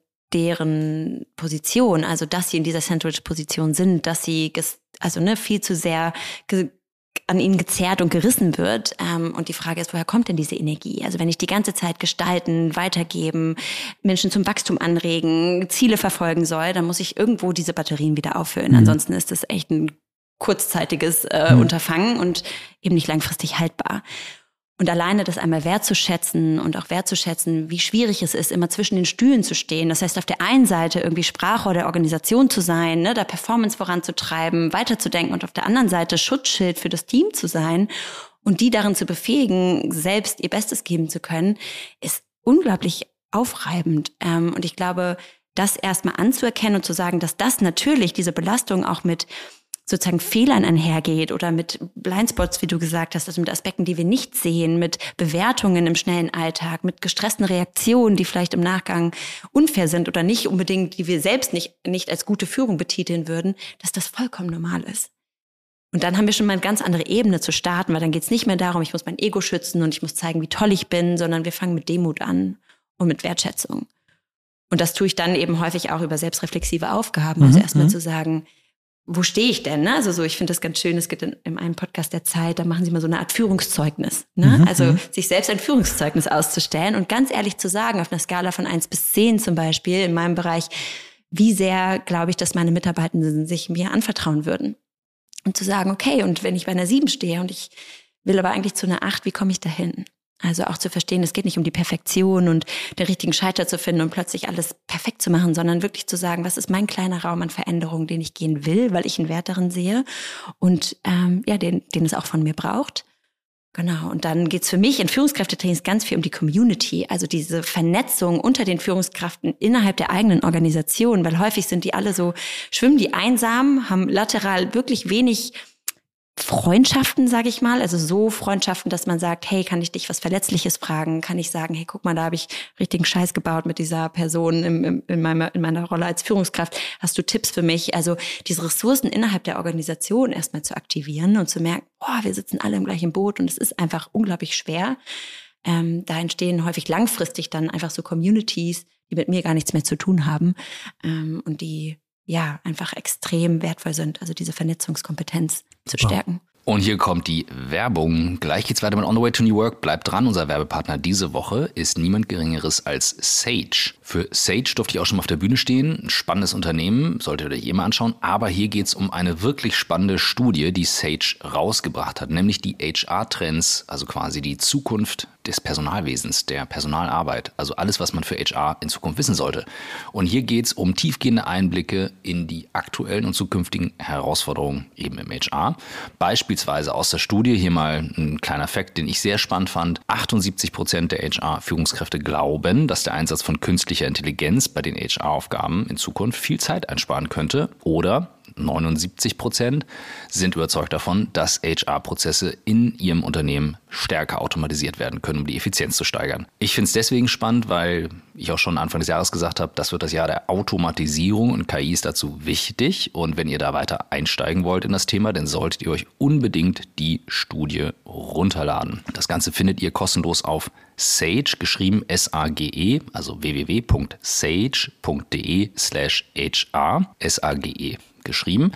deren Position, also dass sie in dieser Sandwich-Position sind, dass sie ges- also ne, viel zu sehr ge- an ihnen gezerrt und gerissen wird. Ähm, und die Frage ist, woher kommt denn diese Energie? Also wenn ich die ganze Zeit gestalten, weitergeben, Menschen zum Wachstum anregen, Ziele verfolgen soll, dann muss ich irgendwo diese Batterien wieder auffüllen. Mhm. Ansonsten ist das echt ein kurzzeitiges äh, mhm. Unterfangen und eben nicht langfristig haltbar. Und alleine das einmal wertzuschätzen und auch wertzuschätzen, wie schwierig es ist, immer zwischen den Stühlen zu stehen. Das heißt, auf der einen Seite irgendwie Sprachrohr der Organisation zu sein, ne, da Performance voranzutreiben, weiterzudenken und auf der anderen Seite Schutzschild für das Team zu sein und die darin zu befähigen, selbst ihr Bestes geben zu können, ist unglaublich aufreibend. Und ich glaube, das erstmal anzuerkennen und zu sagen, dass das natürlich, diese Belastung auch mit sozusagen Fehlern einhergeht oder mit Blindspots, wie du gesagt hast, also mit Aspekten, die wir nicht sehen, mit Bewertungen im schnellen Alltag, mit gestressten Reaktionen, die vielleicht im Nachgang unfair sind oder nicht unbedingt, die wir selbst nicht, nicht als gute Führung betiteln würden, dass das vollkommen normal ist. Und dann haben wir schon mal eine ganz andere Ebene zu starten, weil dann geht es nicht mehr darum, ich muss mein Ego schützen und ich muss zeigen, wie toll ich bin, sondern wir fangen mit Demut an und mit Wertschätzung. Und das tue ich dann eben häufig auch über selbstreflexive Aufgaben, also mhm, erstmal zu sagen, wo stehe ich denn? Ne? Also so, ich finde das ganz schön, es gibt in, in einem Podcast der Zeit, da machen sie mal so eine Art Führungszeugnis. Ne? Mhm. Also sich selbst ein Führungszeugnis auszustellen und ganz ehrlich zu sagen, auf einer Skala von eins bis zehn zum Beispiel, in meinem Bereich, wie sehr glaube ich, dass meine Mitarbeitenden sich mir anvertrauen würden. Und zu sagen, okay, und wenn ich bei einer sieben stehe und ich will aber eigentlich zu einer acht, wie komme ich da hin? Also auch zu verstehen, es geht nicht um die Perfektion und den richtigen Scheiter zu finden und plötzlich alles perfekt zu machen, sondern wirklich zu sagen, was ist mein kleiner Raum an Veränderungen, den ich gehen will, weil ich einen Wert darin sehe und ähm, ja, den, den es auch von mir braucht. Genau, und dann geht's für mich in Führungskräftetrainings ganz viel um die Community, also diese Vernetzung unter den Führungskräften innerhalb der eigenen Organisation, weil häufig sind die alle so, schwimmen die einsam, haben lateral wirklich wenig Freundschaften, sage ich mal, also so Freundschaften, dass man sagt, hey, kann ich dich was Verletzliches fragen? Kann ich sagen, hey, guck mal, da habe ich richtigen Scheiß gebaut mit dieser Person im, im, in, meiner, in meiner Rolle als Führungskraft. Hast du Tipps für mich? Also diese Ressourcen innerhalb der Organisation erstmal zu aktivieren und zu merken, boah, wir sitzen alle im gleichen Boot und es ist einfach unglaublich schwer. Ähm, da entstehen häufig langfristig dann einfach so Communities, die mit mir gar nichts mehr zu tun haben ähm, und die ja, einfach extrem wertvoll sind, also diese Vernetzungskompetenz zu stärken. Und hier kommt die Werbung. Gleich geht's weiter mit On the Way to New Work. Bleibt dran, unser Werbepartner diese Woche ist niemand Geringeres als Sage. Für Sage durfte ich auch schon mal auf der Bühne stehen. Ein spannendes Unternehmen, solltet ihr euch eh mal anschauen. Aber hier geht's um eine wirklich spannende Studie, die Sage rausgebracht hat, nämlich die H R-Trends, also quasi die Zukunft des Personalwesens, der Personalarbeit. Also alles, was man für H R in Zukunft wissen sollte. Und hier geht's um tiefgehende Einblicke in die aktuellen und zukünftigen Herausforderungen eben im H R. Beispielsweise aus der Studie, hier mal ein kleiner Fakt, den ich sehr spannend fand. achtundsiebzig Prozent der H R-Führungskräfte glauben, dass der Einsatz von künstlicher Intelligenz bei den H R-Aufgaben in Zukunft viel Zeit einsparen könnte. Oder neunundsiebzig Prozent sind überzeugt davon, dass H R-Prozesse in ihrem Unternehmen stärker automatisiert werden können, um die Effizienz zu steigern. Ich finde es deswegen spannend, weil ich auch schon Anfang des Jahres gesagt habe, das wird das Jahr der Automatisierung und K I ist dazu wichtig. Und wenn ihr da weiter einsteigen wollt in das Thema, dann solltet ihr euch unbedingt die Studie runterladen. Das Ganze findet ihr kostenlos auf Sage, geschrieben S A G E, also w w w punkt sage punkt d e slash h r, S A G E geschrieben.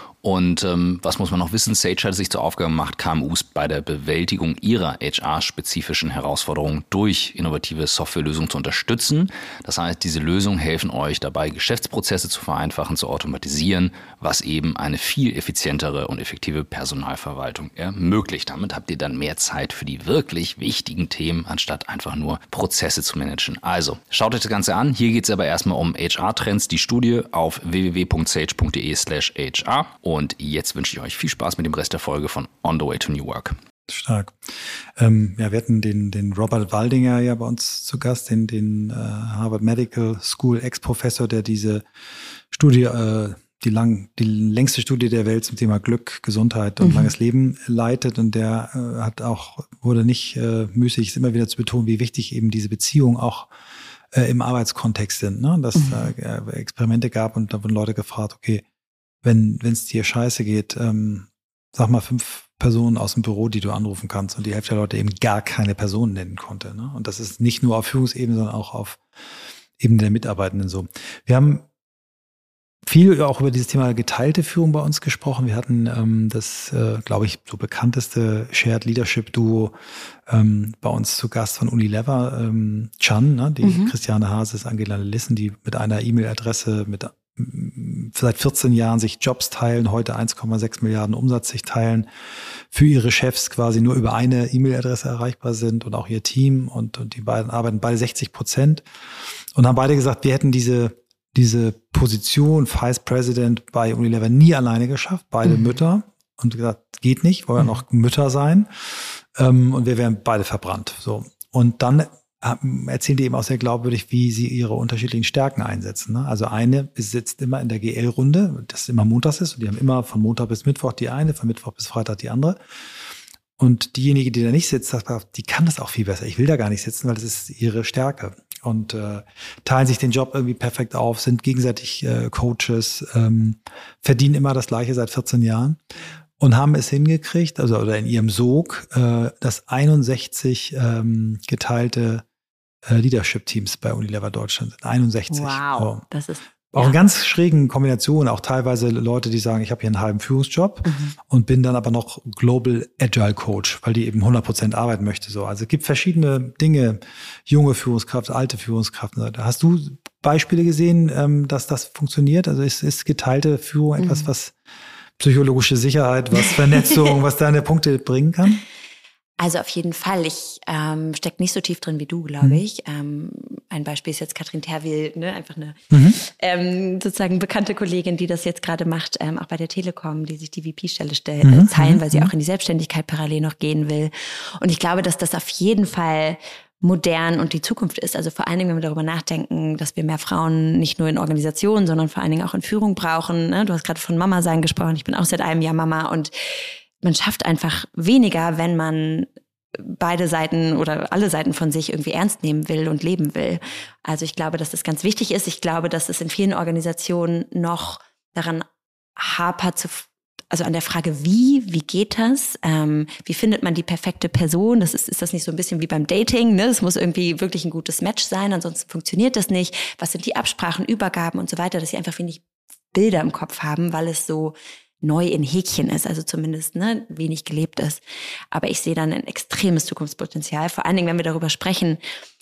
Und ähm, was muss man noch wissen? Sage hat sich zur Aufgabe gemacht, K M Us bei der Bewältigung ihrer H R-spezifischen Herausforderungen durch innovative Softwarelösungen zu unterstützen. Das heißt, diese Lösungen helfen euch dabei, Geschäftsprozesse zu vereinfachen, zu automatisieren, was eben eine viel effizientere und effektive Personalverwaltung ermöglicht. Damit habt ihr dann mehr Zeit für die wirklich wichtigen Themen, anstatt einfach nur Prozesse zu managen. Also, schaut euch das Ganze an. Hier geht es aber erstmal um H R-Trends, die Studie auf w w w punkt sage punkt d e slash h r. Und jetzt wünsche ich euch viel Spaß mit dem Rest der Folge von On the Way to New Work. Stark. Ähm, ja, wir hatten den, den Robert Waldinger ja bei uns zu Gast, den, den äh, Harvard Medical School Ex-Professor, der diese Studie, äh, die, lang, die längste Studie der Welt zum Thema Glück, Gesundheit und mhm. langes Leben leitet. Und der äh, hat auch, wurde nicht äh, müßig, immer wieder zu betonen, wie wichtig eben diese Beziehungen auch äh, im Arbeitskontext sind. Ne? Dass es mhm. äh, Experimente gab und da wurden Leute gefragt, okay, wenn wenn es dir scheiße geht, ähm, sag mal fünf Personen aus dem Büro, die du anrufen kannst und die Hälfte der Leute eben gar keine Person nennen konnte. Ne? Und das ist nicht nur auf Führungsebene, sondern auch auf Ebene der Mitarbeitenden so. Wir haben viel auch über dieses Thema geteilte Führung bei uns gesprochen. Wir hatten ähm, das, äh, glaube ich, so bekannteste Shared Leadership Duo ähm, bei uns zu Gast von Unilever, ähm, Chan, ne? die mhm. Christiane Hases, Angela Lissen, die mit einer E-Mail-Adresse mit seit vierzehn Jahren sich Jobs teilen, heute eins Komma sechs Milliarden Umsatz sich teilen, für ihre Chefs quasi nur über eine E-Mail-Adresse erreichbar sind und auch ihr Team und, und die beiden arbeiten beide sechzig Prozent und haben beide gesagt, wir hätten diese diese Position Vice President bei Unilever nie alleine geschafft, beide mhm. Mütter und gesagt, geht nicht, wollen wir mhm. noch Mütter sein ähm, und wir wären beide verbrannt. So und dann erzählen die eben auch sehr glaubwürdig, wie sie ihre unterschiedlichen Stärken einsetzen. Ne? Also eine sitzt immer in der G L-Runde, das immer montags ist und die haben immer von Montag bis Mittwoch die eine, von Mittwoch bis Freitag die andere. Und diejenige, die da nicht sitzt, die kann das auch viel besser. Ich will da gar nicht sitzen, weil das ist ihre Stärke. Und äh, teilen sich den Job irgendwie perfekt auf, sind gegenseitig äh, Coaches, ähm, verdienen immer das Gleiche seit vierzehn Jahren. Und haben es hingekriegt, also oder in ihrem Sog, äh, dass einundsechzig ähm, geteilte äh, Leadership-Teams bei Unilever Deutschland sind. einundsechzig. Wow, oh. das ist auch ja. in ganz schrägen Kombinationen, auch teilweise Leute, die sagen, ich habe hier einen halben Führungsjob mhm. und bin dann aber noch Global Agile Coach, weil die eben hundert Prozent arbeiten möchte. So, also es gibt verschiedene Dinge, junge Führungskraft, alte Führungskraft. Hast du Beispiele gesehen, ähm, dass das funktioniert? Also ist, ist geteilte Führung etwas, mhm. was psychologische Sicherheit, was Vernetzung, was deine Punkte bringen kann? Also auf jeden Fall. Ich ähm, stecke nicht so tief drin wie du, glaube mhm. ich. Ähm, ein Beispiel ist jetzt Katrin Terwil, ne? Einfach eine mhm. ähm, sozusagen bekannte Kollegin, die das jetzt gerade macht, ähm, auch bei der Telekom, die sich die V P-Stelle stell- mhm. äh, teilen, weil sie mhm. auch in die Selbstständigkeit parallel noch gehen will. Und ich glaube, dass das auf jeden Fall modern und die Zukunft ist. Also vor allen Dingen, wenn wir darüber nachdenken, dass wir mehr Frauen nicht nur in Organisationen, sondern vor allen Dingen auch in Führung brauchen. Ne? Du hast gerade von Mama sein gesprochen. Ich bin auch seit einem Jahr Mama und man schafft einfach weniger, wenn man beide Seiten oder alle Seiten von sich irgendwie ernst nehmen will und leben will. Also ich glaube, dass das ganz wichtig ist. Ich glaube, dass es in vielen Organisationen noch daran hapert, zu, also an der Frage, wie, wie geht das? Ähm, wie findet man die perfekte Person? Das ist, ist das nicht so ein bisschen wie beim Dating? Ne? Es muss irgendwie wirklich ein gutes Match sein, ansonsten funktioniert das nicht. Was sind die Absprachen, Übergaben und so weiter, dass sie einfach wenig Bilder im Kopf haben, weil es so neu in Häkchen ist, also zumindest ne, wenig gelebt ist. Aber ich sehe dann ein extremes Zukunftspotenzial, vor allen Dingen, wenn wir darüber sprechen,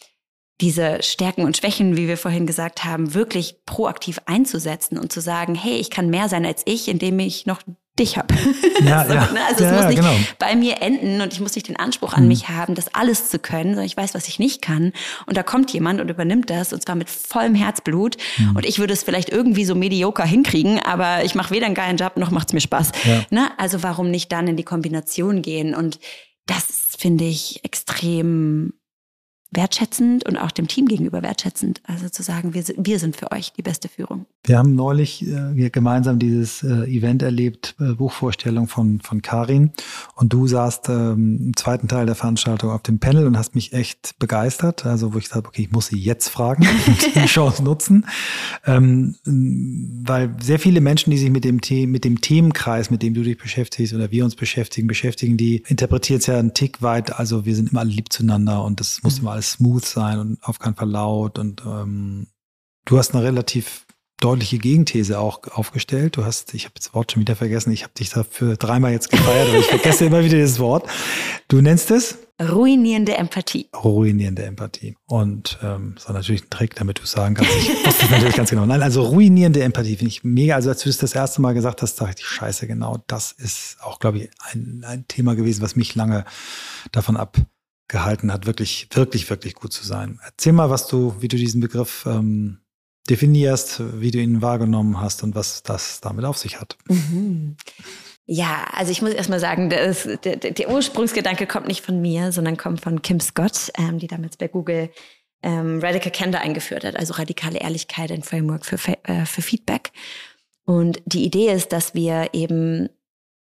diese Stärken und Schwächen, wie wir vorhin gesagt haben, wirklich proaktiv einzusetzen und zu sagen, hey, ich kann mehr sein als ich, indem ich noch dich habe. Ja, so, ja. ne? Also ja, es muss ja, nicht genau. bei mir enden und ich muss nicht den Anspruch an mhm. mich haben, das alles zu können, sondern ich weiß, was ich nicht kann. Und da kommt jemand und übernimmt das und zwar mit vollem Herzblut. Mhm. Und ich würde es vielleicht irgendwie so mediocre hinkriegen, aber ich mache weder einen geilen Job, noch macht es mir Spaß. Ja. Ne? Also warum nicht dann in die Kombination gehen? Und das finde ich extrem wertschätzend und auch dem Team gegenüber wertschätzend. Also zu sagen, wir, wir sind für euch die beste Führung. Wir haben neulich äh, gemeinsam dieses äh, Event erlebt, äh, Buchvorstellung von von Karin. Und du saßt ähm, im zweiten Teil der Veranstaltung auf dem Panel und hast mich echt begeistert. Also wo ich dachte, okay, ich muss sie jetzt fragen und die Chance nutzen. Ähm, weil sehr viele Menschen, die sich mit dem, The- mit dem Themenkreis, mit dem du dich beschäftigst oder wir uns beschäftigen, beschäftigen, die interpretieren es ja einen Tick weit. Also wir sind immer alle lieb zueinander und das muss immer alles smooth sein und auf keinen Fall laut. Und ähm, du hast eine relativ deutliche Gegenthese auch aufgestellt. Du hast, ich habe das Wort schon wieder vergessen, ich habe dich dafür dreimal jetzt gefeiert, aber ich vergesse immer wieder dieses Wort. Du nennst es? Ruinierende Empathie. Ruinierende Empathie. Und ähm, das war natürlich ein Trick, damit du sagen kannst, ich wusste es natürlich ganz genau. Nein, also ruinierende Empathie finde ich mega. Also als du es das erste Mal gesagt hast, dachte ich, scheiße, genau, das ist auch, glaube ich, ein, ein Thema gewesen, was mich lange davon abgehalten hat, wirklich, wirklich, wirklich gut zu sein. Erzähl mal, was du, wie du diesen Begriff ähm, definierst, wie du ihn wahrgenommen hast und was das damit auf sich hat. Mhm. Ja, also ich muss erstmal sagen, das, der, der Ursprungsgedanke kommt nicht von mir, sondern kommt von Kim Scott, ähm, die damals bei Google ähm, Radical Candor eingeführt hat, also radikale Ehrlichkeit, ein Framework für, äh, für Feedback. Und die Idee ist, dass wir eben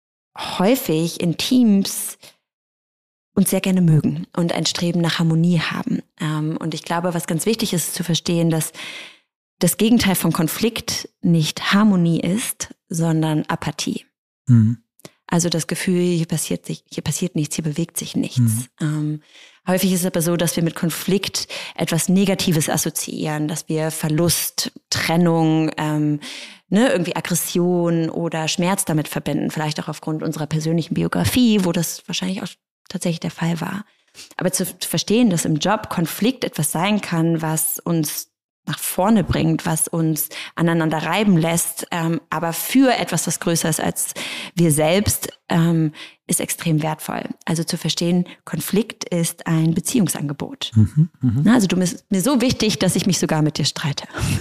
häufig in Teams uns sehr gerne mögen und ein Streben nach Harmonie haben. Ähm, und ich glaube, was ganz wichtig ist, ist zu verstehen, dass das Gegenteil von Konflikt nicht Harmonie ist, sondern Apathie. Mhm. Also das Gefühl, hier passiert sich, hier passiert nichts, hier bewegt sich nichts. Mhm. Ähm, häufig ist es aber so, dass wir mit Konflikt etwas Negatives assoziieren, dass wir Verlust, Trennung, ähm, ne, irgendwie Aggression oder Schmerz damit verbinden. Vielleicht auch aufgrund unserer persönlichen Biografie, wo das wahrscheinlich auch tatsächlich der Fall war. Aber zu verstehen, dass im Job Konflikt etwas sein kann, was uns nach vorne bringt, was uns aneinander reiben lässt, ähm, aber für etwas, was größer ist als wir selbst, ähm, ist extrem wertvoll. Also zu verstehen, Konflikt ist ein Beziehungsangebot. Mhm, mh. Also du bist mir so wichtig, dass ich mich sogar mit dir streite.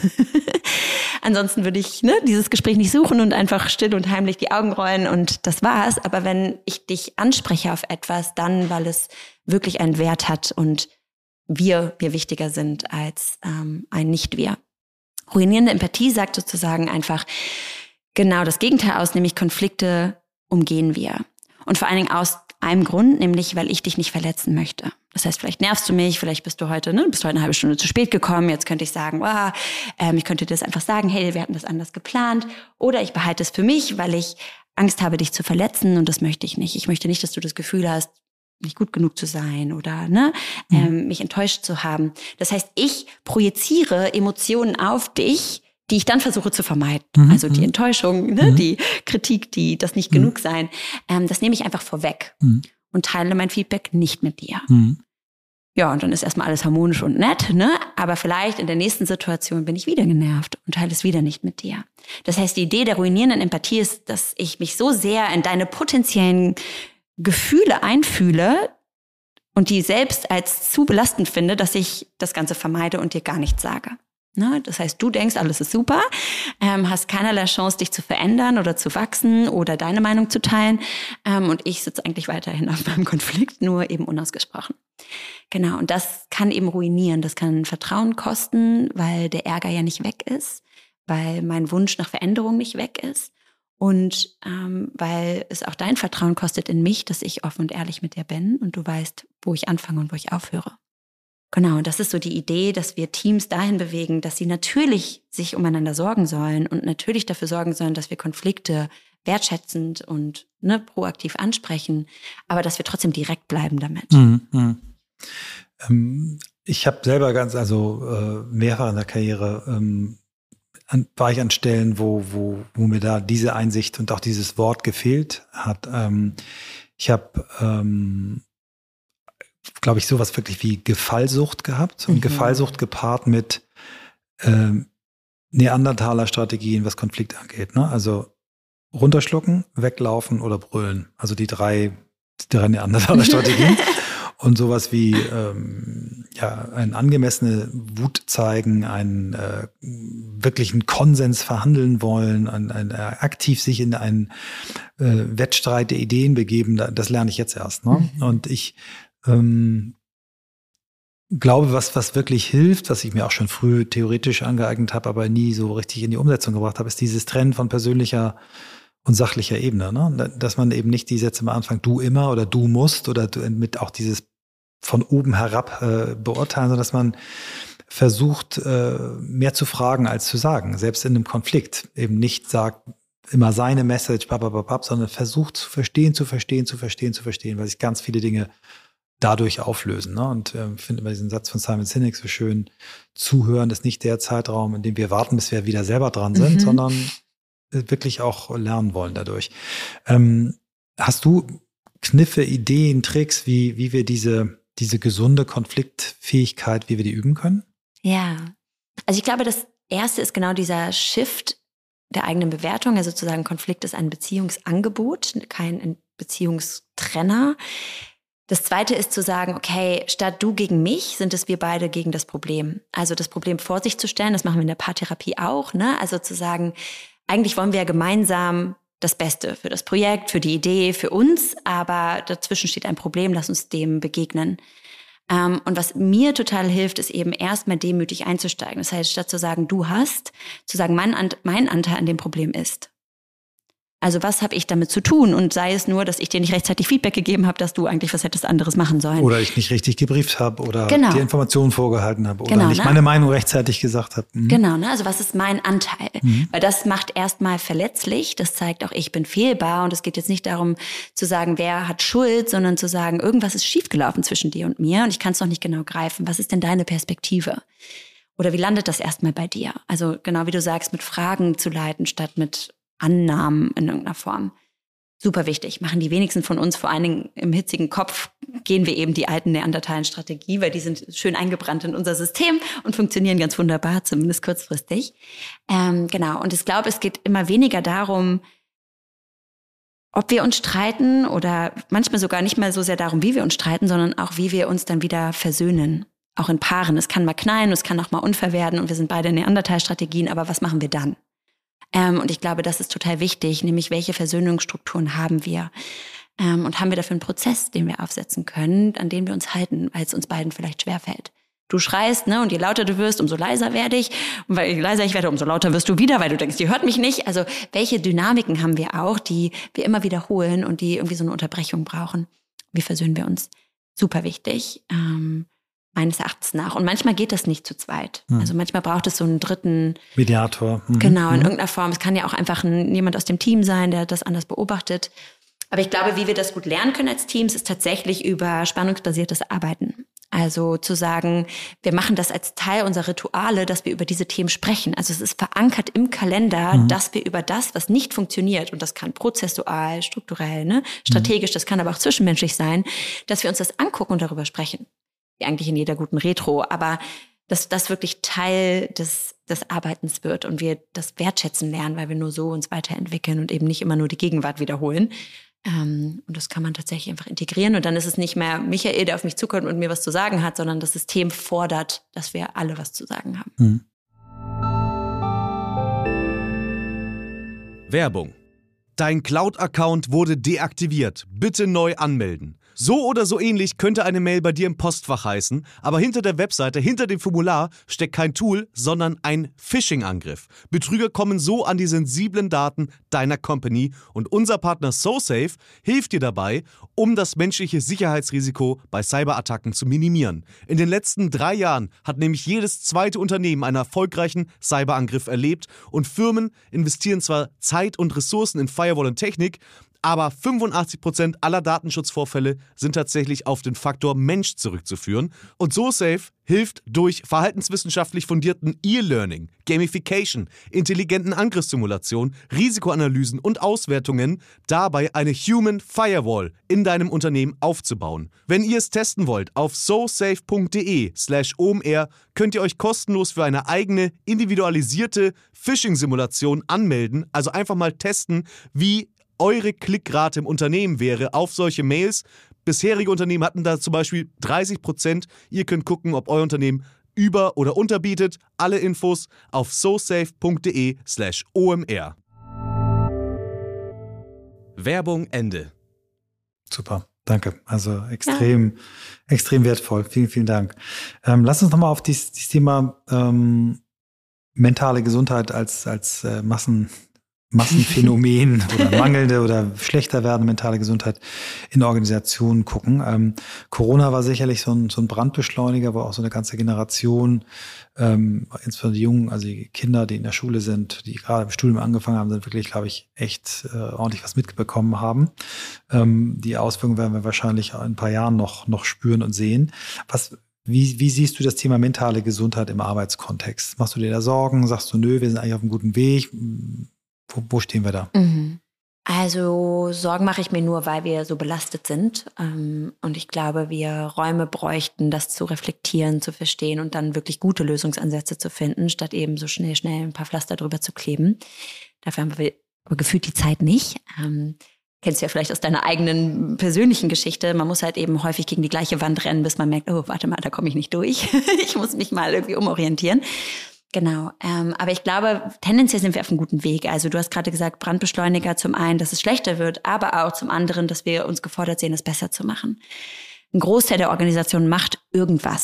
Ansonsten würde ich ne, dieses Gespräch nicht suchen und einfach still und heimlich die Augen rollen und das war's. Aber wenn ich dich anspreche auf etwas, dann, weil es wirklich einen Wert hat und wir mir wichtiger sind als ähm, ein Nicht-Wir. Ruinierende Empathie sagt sozusagen einfach genau das Gegenteil aus, nämlich Konflikte umgehen wir. Und vor allen Dingen aus einem Grund, nämlich weil ich dich nicht verletzen möchte. Das heißt, vielleicht nervst du mich, vielleicht bist du heute, ne, bist heute eine halbe Stunde zu spät gekommen. Jetzt könnte ich sagen, wow, ähm, ich könnte dir das einfach sagen, hey, wir hatten das anders geplant. Oder ich behalte es für mich, weil ich Angst habe, dich zu verletzen und das möchte ich nicht. Ich möchte nicht, dass du das Gefühl hast, nicht gut genug zu sein oder ne, mhm. ähm, mich enttäuscht zu haben. Das heißt, ich projiziere Emotionen auf dich, die ich dann versuche zu vermeiden. Mhm. Also die Enttäuschung, ne, mhm. die Kritik, die das nicht mhm. genug sein. Ähm, das nehme ich einfach vorweg mhm. und teile mein Feedback nicht mit dir. Mhm. Ja, und dann ist erstmal alles harmonisch und nett, ne? Aber vielleicht in der nächsten Situation bin ich wieder genervt und teile es wieder nicht mit dir. Das heißt, die Idee der ruinierenden Empathie ist, dass ich mich so sehr in deine potenziellen Gefühle einfühle und die selbst als zu belastend finde, dass ich das Ganze vermeide und dir gar nichts sage. Ne? Das heißt, du denkst, alles ist super, ähm, hast keinerlei Chance, dich zu verändern oder zu wachsen oder deine Meinung zu teilen. Ähm, und ich sitze eigentlich weiterhin auf meinem Konflikt, nur eben unausgesprochen. Genau, und das kann eben ruinieren. Das kann Vertrauen kosten, weil der Ärger ja nicht weg ist, weil mein Wunsch nach Veränderung nicht weg ist. Und ähm, weil es auch dein Vertrauen kostet in mich, dass ich offen und ehrlich mit dir bin und du weißt, wo ich anfange und wo ich aufhöre. Genau, und das ist so die Idee, dass wir Teams dahin bewegen, dass sie natürlich sich umeinander sorgen sollen und natürlich dafür sorgen sollen, dass wir Konflikte wertschätzend und ne, proaktiv ansprechen, aber dass wir trotzdem direkt bleiben damit. Mhm, mh. ähm, ich habe selber ganz, also äh, mehrfach in der Karriere ähm, An, war ich an Stellen, wo, wo, wo mir da diese Einsicht und auch dieses Wort gefehlt hat. Ähm, ich habe, ähm, glaube ich, sowas wirklich wie Gefallsucht gehabt und mhm. Gefallsucht gepaart mit ähm, Neandertaler-Strategien, was Konflikt angeht. Ne? Also runterschlucken, weglaufen oder brüllen. Also die drei, die drei Neandertaler-Strategien. Und sowas wie ähm, ja, eine angemessene Wut zeigen, einen äh, wirklichen Konsens verhandeln wollen, ein, ein, äh, aktiv sich in einen äh, Wettstreit der Ideen begeben, das lerne ich jetzt erst. Ne? Mhm. Und ich ähm, glaube, was, was wirklich hilft, was ich mir auch schon früh theoretisch angeeignet habe, aber nie so richtig in die Umsetzung gebracht habe, ist dieses Trennen von persönlicher und sachlicher Ebene, ne? Dass man eben nicht die Sätze am Anfang du immer oder du musst oder du, mit auch dieses von oben herab äh, beurteilen, sondern dass man versucht, äh, mehr zu fragen als zu sagen, selbst in einem Konflikt. Eben nicht sagt immer seine Message, papapapap, sondern versucht zu verstehen, zu verstehen, zu verstehen, zu verstehen, weil sich ganz viele Dinge dadurch auflösen. Ne? Und äh, ich finde immer diesen Satz von Simon Sinek so schön, zuhören ist nicht der Zeitraum, in dem wir warten, bis wir wieder selber dran sind, mhm. sondern wirklich auch lernen wollen dadurch. Ähm, hast du Kniffe, Ideen, Tricks, wie, wie wir diese, diese gesunde Konfliktfähigkeit, wie wir die üben können? Ja, also ich glaube, das Erste ist genau dieser Shift der eigenen Bewertung. Also sozusagen Konflikt ist ein Beziehungsangebot, kein Beziehungstrenner. Das Zweite ist zu sagen, okay, statt du gegen mich, sind es wir beide gegen das Problem. Also das Problem vor sich zu stellen, das machen wir in der Paartherapie auch, ne? Also zu sagen, eigentlich wollen wir ja gemeinsam das Beste für das Projekt, für die Idee, für uns, aber dazwischen steht ein Problem, lass uns dem begegnen. Ähm, und was mir total hilft, ist eben erstmal demütig einzusteigen. Das heißt, statt zu sagen, du hast, zu sagen, mein, Ant- mein Anteil an dem Problem ist. Also was habe ich damit zu tun? Und sei es nur, dass ich dir nicht rechtzeitig Feedback gegeben habe, dass du eigentlich was hättest anderes machen sollen. Oder ich nicht richtig gebrieft habe oder genau. die Informationen vorgehalten habe oder genau, nicht ne? meine Meinung rechtzeitig gesagt habe. Mhm. Genau, ne? Also was ist mein Anteil? Mhm. Weil das macht erstmal verletzlich. Das zeigt auch, ich bin fehlbar. Und es geht jetzt nicht darum zu sagen, wer hat Schuld, sondern zu sagen, irgendwas ist schiefgelaufen zwischen dir und mir und ich kann es noch nicht genau greifen. Was ist denn deine Perspektive? Oder wie landet das erstmal bei dir? Also genau wie du sagst, mit Fragen zu leiten statt mit Annahmen in irgendeiner Form. Super wichtig. Machen die wenigsten von uns, vor allen Dingen im hitzigen Kopf, gehen wir eben die alten Neandertalen-Strategie, weil die sind schön eingebrannt in unser System und funktionieren ganz wunderbar, zumindest kurzfristig. Ähm, genau. Und ich glaube, es geht immer weniger darum, ob wir uns streiten oder manchmal sogar nicht mal so sehr darum, wie wir uns streiten, sondern auch, wie wir uns dann wieder versöhnen. Auch in Paaren. Es kann mal knallen, es kann auch mal unfair werden und wir sind beide Neandertal-Strategien, aber was machen wir dann? Ähm, und ich glaube, das ist total wichtig, nämlich welche Versöhnungsstrukturen haben wir? Ähm, und haben wir dafür einen Prozess, den wir aufsetzen können, an den wir uns halten, weil es uns beiden vielleicht schwerfällt. Du schreist, ne, und je lauter du wirst, umso leiser werde ich. Und weil je leiser ich werde, umso lauter wirst du wieder, weil du denkst, die hört mich nicht. Also welche Dynamiken haben wir auch, die wir immer wiederholen und die irgendwie so eine Unterbrechung brauchen? Wie versöhnen wir uns? Super wichtig. Ähm, meines Erachtens nach. Und manchmal geht das nicht zu zweit. Hm. Also manchmal braucht es so einen dritten Mediator. Mhm. Genau, in mhm. irgendeiner Form. Es kann ja auch einfach ein, jemand aus dem Team sein, der das anders beobachtet. Aber ich glaube, wie wir das gut lernen können als Teams, ist tatsächlich über spannungsbasiertes Arbeiten. Also zu sagen, wir machen das als Teil unserer Rituale, dass wir über diese Themen sprechen. Also es ist verankert im Kalender, mhm. dass wir über das, was nicht funktioniert, und das kann prozessual, strukturell, ne, strategisch, mhm. das kann aber auch zwischenmenschlich sein, dass wir uns das angucken und darüber sprechen. Wie eigentlich in jeder guten Retro, aber dass das wirklich Teil des, des Arbeitens wird und wir das wertschätzen lernen, weil wir nur so uns weiterentwickeln und eben nicht immer nur die Gegenwart wiederholen. Ähm, und das kann man tatsächlich einfach integrieren und dann ist es nicht mehr Michael, der auf mich zukommt und mir was zu sagen hat, sondern das System fordert, dass wir alle was zu sagen haben. Mhm. Werbung. Dein Cloud-Account wurde deaktiviert. Bitte neu anmelden. So oder so ähnlich könnte eine Mail bei dir im Postfach heißen, aber hinter der Webseite, hinter dem Formular steckt kein Tool, sondern ein Phishing-Angriff. Betrüger kommen so an die sensiblen Daten deiner Company und unser Partner SoSafe hilft dir dabei, um das menschliche Sicherheitsrisiko bei Cyberattacken zu minimieren. In den letzten drei Jahren hat nämlich jedes zweite Unternehmen einen erfolgreichen Cyberangriff erlebt und Firmen investieren zwar Zeit und Ressourcen in Firewall und Technik, aber fünfundachtzig Prozent aller Datenschutzvorfälle sind tatsächlich auf den Faktor Mensch zurückzuführen. Und SoSafe hilft durch verhaltenswissenschaftlich fundierten E-Learning, Gamification, intelligenten Angriffssimulationen, Risikoanalysen und Auswertungen, dabei eine Human Firewall in deinem Unternehmen aufzubauen. Wenn ihr es testen wollt, auf sosafe.de slash omr könnt ihr euch kostenlos für eine eigene individualisierte Phishing-Simulation anmelden. Also einfach mal testen, wie eure Klickrate im Unternehmen wäre auf solche Mails. Bisherige Unternehmen hatten da zum Beispiel dreißig Prozent. Ihr könnt gucken, ob euer Unternehmen über- oder unterbietet. Alle Infos auf sosafe.de slash omr. Werbung Ende. Super, danke. Also extrem, ja. extrem wertvoll. Vielen, vielen Dank. Ähm, lass uns nochmal auf dieses, dieses Thema ähm, mentale Gesundheit als, als äh, Massen Massenphänomen oder mangelnde oder schlechter werdende mentale Gesundheit in Organisationen gucken. Ähm, Corona war sicherlich so ein, so ein Brandbeschleuniger, wo auch so eine ganze Generation, ähm, insbesondere die Jungen, also die Kinder, die in der Schule sind, die gerade im Studium angefangen haben, sind wirklich, glaube ich, echt äh, ordentlich was mitbekommen haben. Ähm, die Auswirkungen werden wir wahrscheinlich in ein paar Jahren noch, noch spüren und sehen. Was Wie, wie siehst du das Thema mentale Gesundheit im Arbeitskontext? Machst du dir da Sorgen? Sagst du, nö, wir sind eigentlich auf einem guten Weg? Wo, wo stehen wir da? Also Sorgen mache ich mir nur, weil wir so belastet sind. Und ich glaube, wir Räume bräuchten, das zu reflektieren, zu verstehen und dann wirklich gute Lösungsansätze zu finden, statt eben so schnell, schnell ein paar Pflaster drüber zu kleben. Dafür haben wir aber gefühlt die Zeit nicht. Ähm, kennst du ja vielleicht aus deiner eigenen persönlichen Geschichte. Man muss halt eben häufig gegen die gleiche Wand rennen, bis man merkt, oh, warte mal, da komme ich nicht durch. Ich muss mich mal irgendwie umorientieren. Genau, ähm, aber ich glaube, tendenziell sind wir auf einem guten Weg. Also du hast gerade gesagt, Brandbeschleuniger zum einen, dass es schlechter wird, aber auch zum anderen, dass wir uns gefordert sehen, es besser zu machen. Ein Großteil der Organisation macht irgendwas.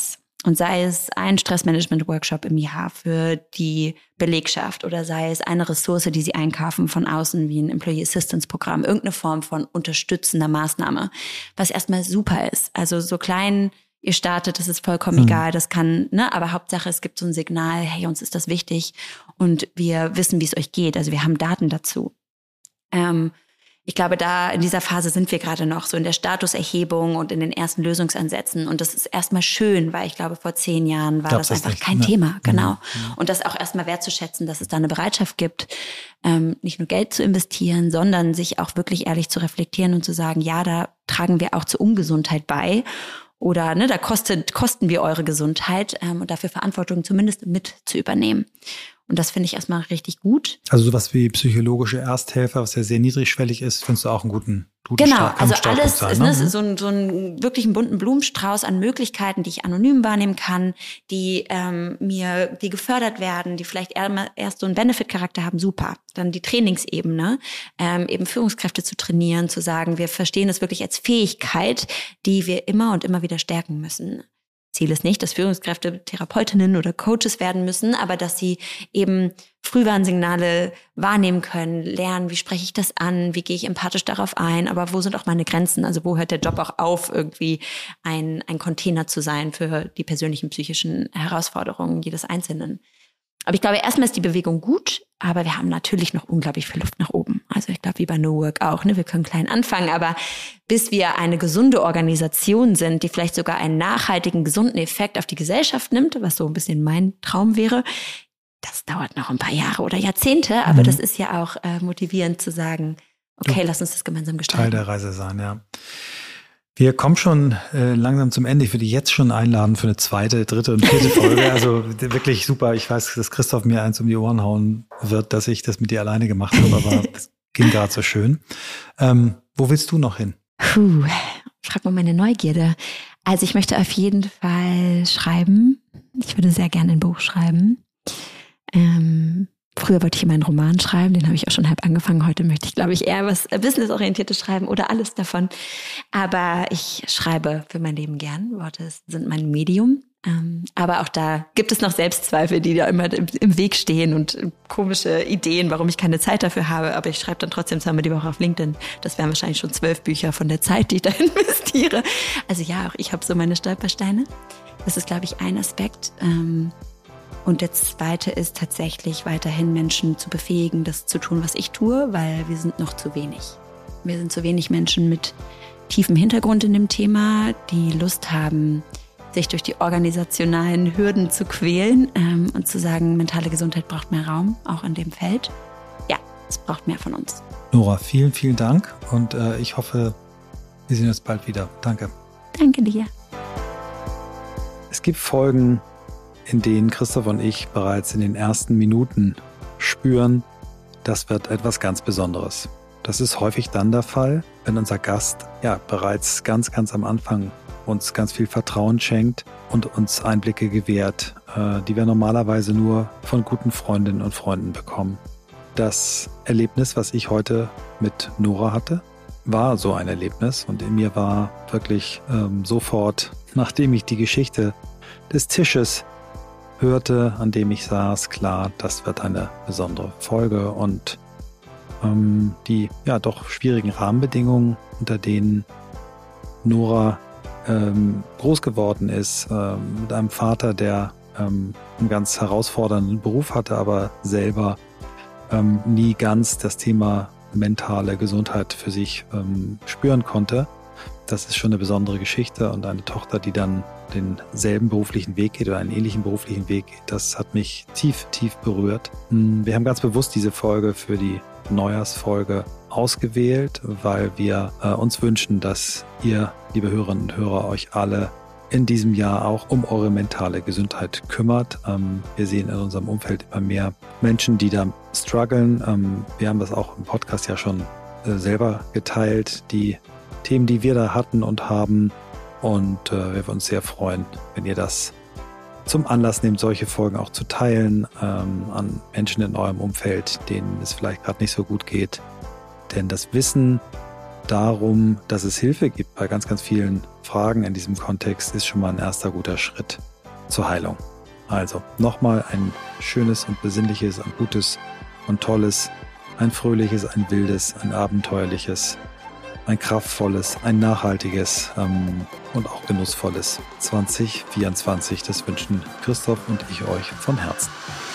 Und sei es ein Stressmanagement-Workshop im Jahr für die Belegschaft oder sei es eine Ressource, die sie einkaufen von außen, wie ein Employee Assistance-Programm, irgendeine Form von unterstützender Maßnahme, was erstmal super ist. Also so klein ihr startet, das ist vollkommen mhm. egal, das kann, ne, aber Hauptsache es gibt so ein Signal, hey, uns ist das wichtig und wir wissen, wie es euch geht. Also wir haben Daten dazu. Ähm, Ich glaube, da in dieser Phase sind wir gerade noch so in der Statuserhebung und in den ersten Lösungsansätzen. Und das ist erstmal schön, weil ich glaube, vor zehn Jahren war Glaubst das einfach nicht, kein ne? Thema. Genau. Mhm. Und das auch erstmal wertzuschätzen, dass es da eine Bereitschaft gibt, ähm, nicht nur Geld zu investieren, sondern sich auch wirklich ehrlich zu reflektieren und zu sagen, ja, da tragen wir auch zur Ungesundheit bei. Oder ne, da kostet, kosten wir eure Gesundheit ähm, und dafür Verantwortung zumindest mit zu übernehmen. Und das finde ich erstmal richtig gut. Also sowas wie psychologische Ersthelfer, was ja sehr niedrigschwellig ist, findest du auch einen guten, guten Genau, Start, also Startpunkt alles sein, ist, ne? ne, so ein, so ein wirklich einen bunten Blumenstrauß an Möglichkeiten, die ich anonym wahrnehmen kann, die ähm, mir, die gefördert werden, die vielleicht erst so einen Benefit-Charakter haben, super. Dann die Trainingsebene, ähm, eben Führungskräfte zu trainieren, zu sagen, wir verstehen das wirklich als Fähigkeit, die wir immer und immer wieder stärken müssen. Ziel ist nicht, dass Führungskräfte Therapeutinnen oder Coaches werden müssen, aber dass sie eben Frühwarnsignale wahrnehmen können, lernen, wie spreche ich das an, wie gehe ich empathisch darauf ein, aber wo sind auch meine Grenzen, also wo hört der Job auch auf, irgendwie ein, ein Container zu sein für die persönlichen psychischen Herausforderungen jedes Einzelnen. Aber ich glaube, erstmal ist die Bewegung gut, aber wir haben natürlich noch unglaublich viel Luft nach oben. Also ich glaube, wie bei No Work auch, ne? Wir können klein anfangen, aber bis wir eine gesunde Organisation sind, die vielleicht sogar einen nachhaltigen, gesunden Effekt auf die Gesellschaft nimmt, was so ein bisschen mein Traum wäre, das dauert noch ein paar Jahre oder Jahrzehnte, aber mhm. das ist ja auch äh, motivierend zu sagen, okay, du, lass uns das gemeinsam gestalten. Teil der Reise sein, ja. Wir kommen schon äh, langsam zum Ende. Ich würde jetzt schon einladen für eine zweite, dritte und vierte Folge. Also wirklich super. Ich weiß, dass Christoph mir eins um die Ohren hauen wird, dass ich das mit dir alleine gemacht habe, aber es ging gerade so schön. Ähm, wo willst du noch hin? Puh, frag mal meine Neugierde. Also ich möchte auf jeden Fall schreiben. Ich würde sehr gerne ein Buch schreiben. Ähm, Früher wollte ich immer einen Roman schreiben, den habe ich auch schon halb angefangen. Heute möchte ich, glaube ich, eher was Businessorientiertes schreiben oder alles davon. Aber ich schreibe für mein Leben gern. Worte sind mein Medium. Ähm, aber auch da gibt es noch Selbstzweifel, die da immer im, im Weg stehen und komische Ideen, warum ich keine Zeit dafür habe. Aber ich schreibe dann trotzdem zweimal die Woche auf LinkedIn. Das wären wahrscheinlich schon zwölf Bücher von der Zeit, die ich da investiere. Also ja, auch ich habe so meine Stolpersteine. Das ist, glaube ich, ein Aspekt. Ähm, Und der zweite ist tatsächlich weiterhin Menschen zu befähigen, das zu tun, was ich tue, weil wir sind noch zu wenig. Wir sind zu wenig Menschen mit tiefem Hintergrund in dem Thema, die Lust haben, sich durch die organisationalen Hürden zu quälen ähm, und zu sagen, mentale Gesundheit braucht mehr Raum, auch in dem Feld. Ja, es braucht mehr von uns. Nora, vielen, vielen Dank und äh, ich hoffe, wir sehen uns bald wieder. Danke. Danke dir. Es gibt Folgen, in denen Christoph und ich bereits in den ersten Minuten spüren, das wird etwas ganz Besonderes. Das ist häufig dann der Fall, wenn unser Gast ja bereits ganz, ganz am Anfang uns ganz viel Vertrauen schenkt und uns Einblicke gewährt, äh, die wir normalerweise nur von guten Freundinnen und Freunden bekommen. Das Erlebnis, was ich heute mit Nora hatte, war so ein Erlebnis und in mir war wirklich ähm, sofort, nachdem ich die Geschichte des Tisches hörte, an dem ich saß, klar, das wird eine besondere Folge und ähm, die ja doch schwierigen Rahmenbedingungen, unter denen Nora ähm, groß geworden ist, ähm, mit einem Vater, der ähm, einen ganz herausfordernden Beruf hatte, aber selber ähm, nie ganz das Thema mentale Gesundheit für sich ähm, spüren konnte. Das ist schon eine besondere Geschichte und eine Tochter, die dann denselben beruflichen Weg geht oder einen ähnlichen beruflichen Weg geht, das hat mich tief, tief berührt. Wir haben ganz bewusst diese Folge für die Neujahrsfolge ausgewählt, weil wir äh, uns wünschen, dass ihr, liebe Hörerinnen und Hörer, euch alle in diesem Jahr auch um eure mentale Gesundheit kümmert. Ähm, wir sehen in unserem Umfeld immer mehr Menschen, die da strugglen. Ähm, wir haben das auch im Podcast ja schon äh, selber geteilt, die Themen, die wir da hatten und haben. Und äh, wir würden uns sehr freuen, wenn ihr das zum Anlass nehmt, solche Folgen auch zu teilen ähm, an Menschen in eurem Umfeld, denen es vielleicht gerade nicht so gut geht. Denn das Wissen darum, dass es Hilfe gibt bei ganz, ganz vielen Fragen in diesem Kontext, ist schon mal ein erster guter Schritt. zur Heilung. Also nochmal ein schönes und besinnliches, ein gutes und tolles, ein fröhliches, ein wildes, ein abenteuerliches, ein kraftvolles, ein nachhaltiges ähm, und auch genussvolles zwanzig vierundzwanzig. Das wünschen Christoph und ich euch von Herzen.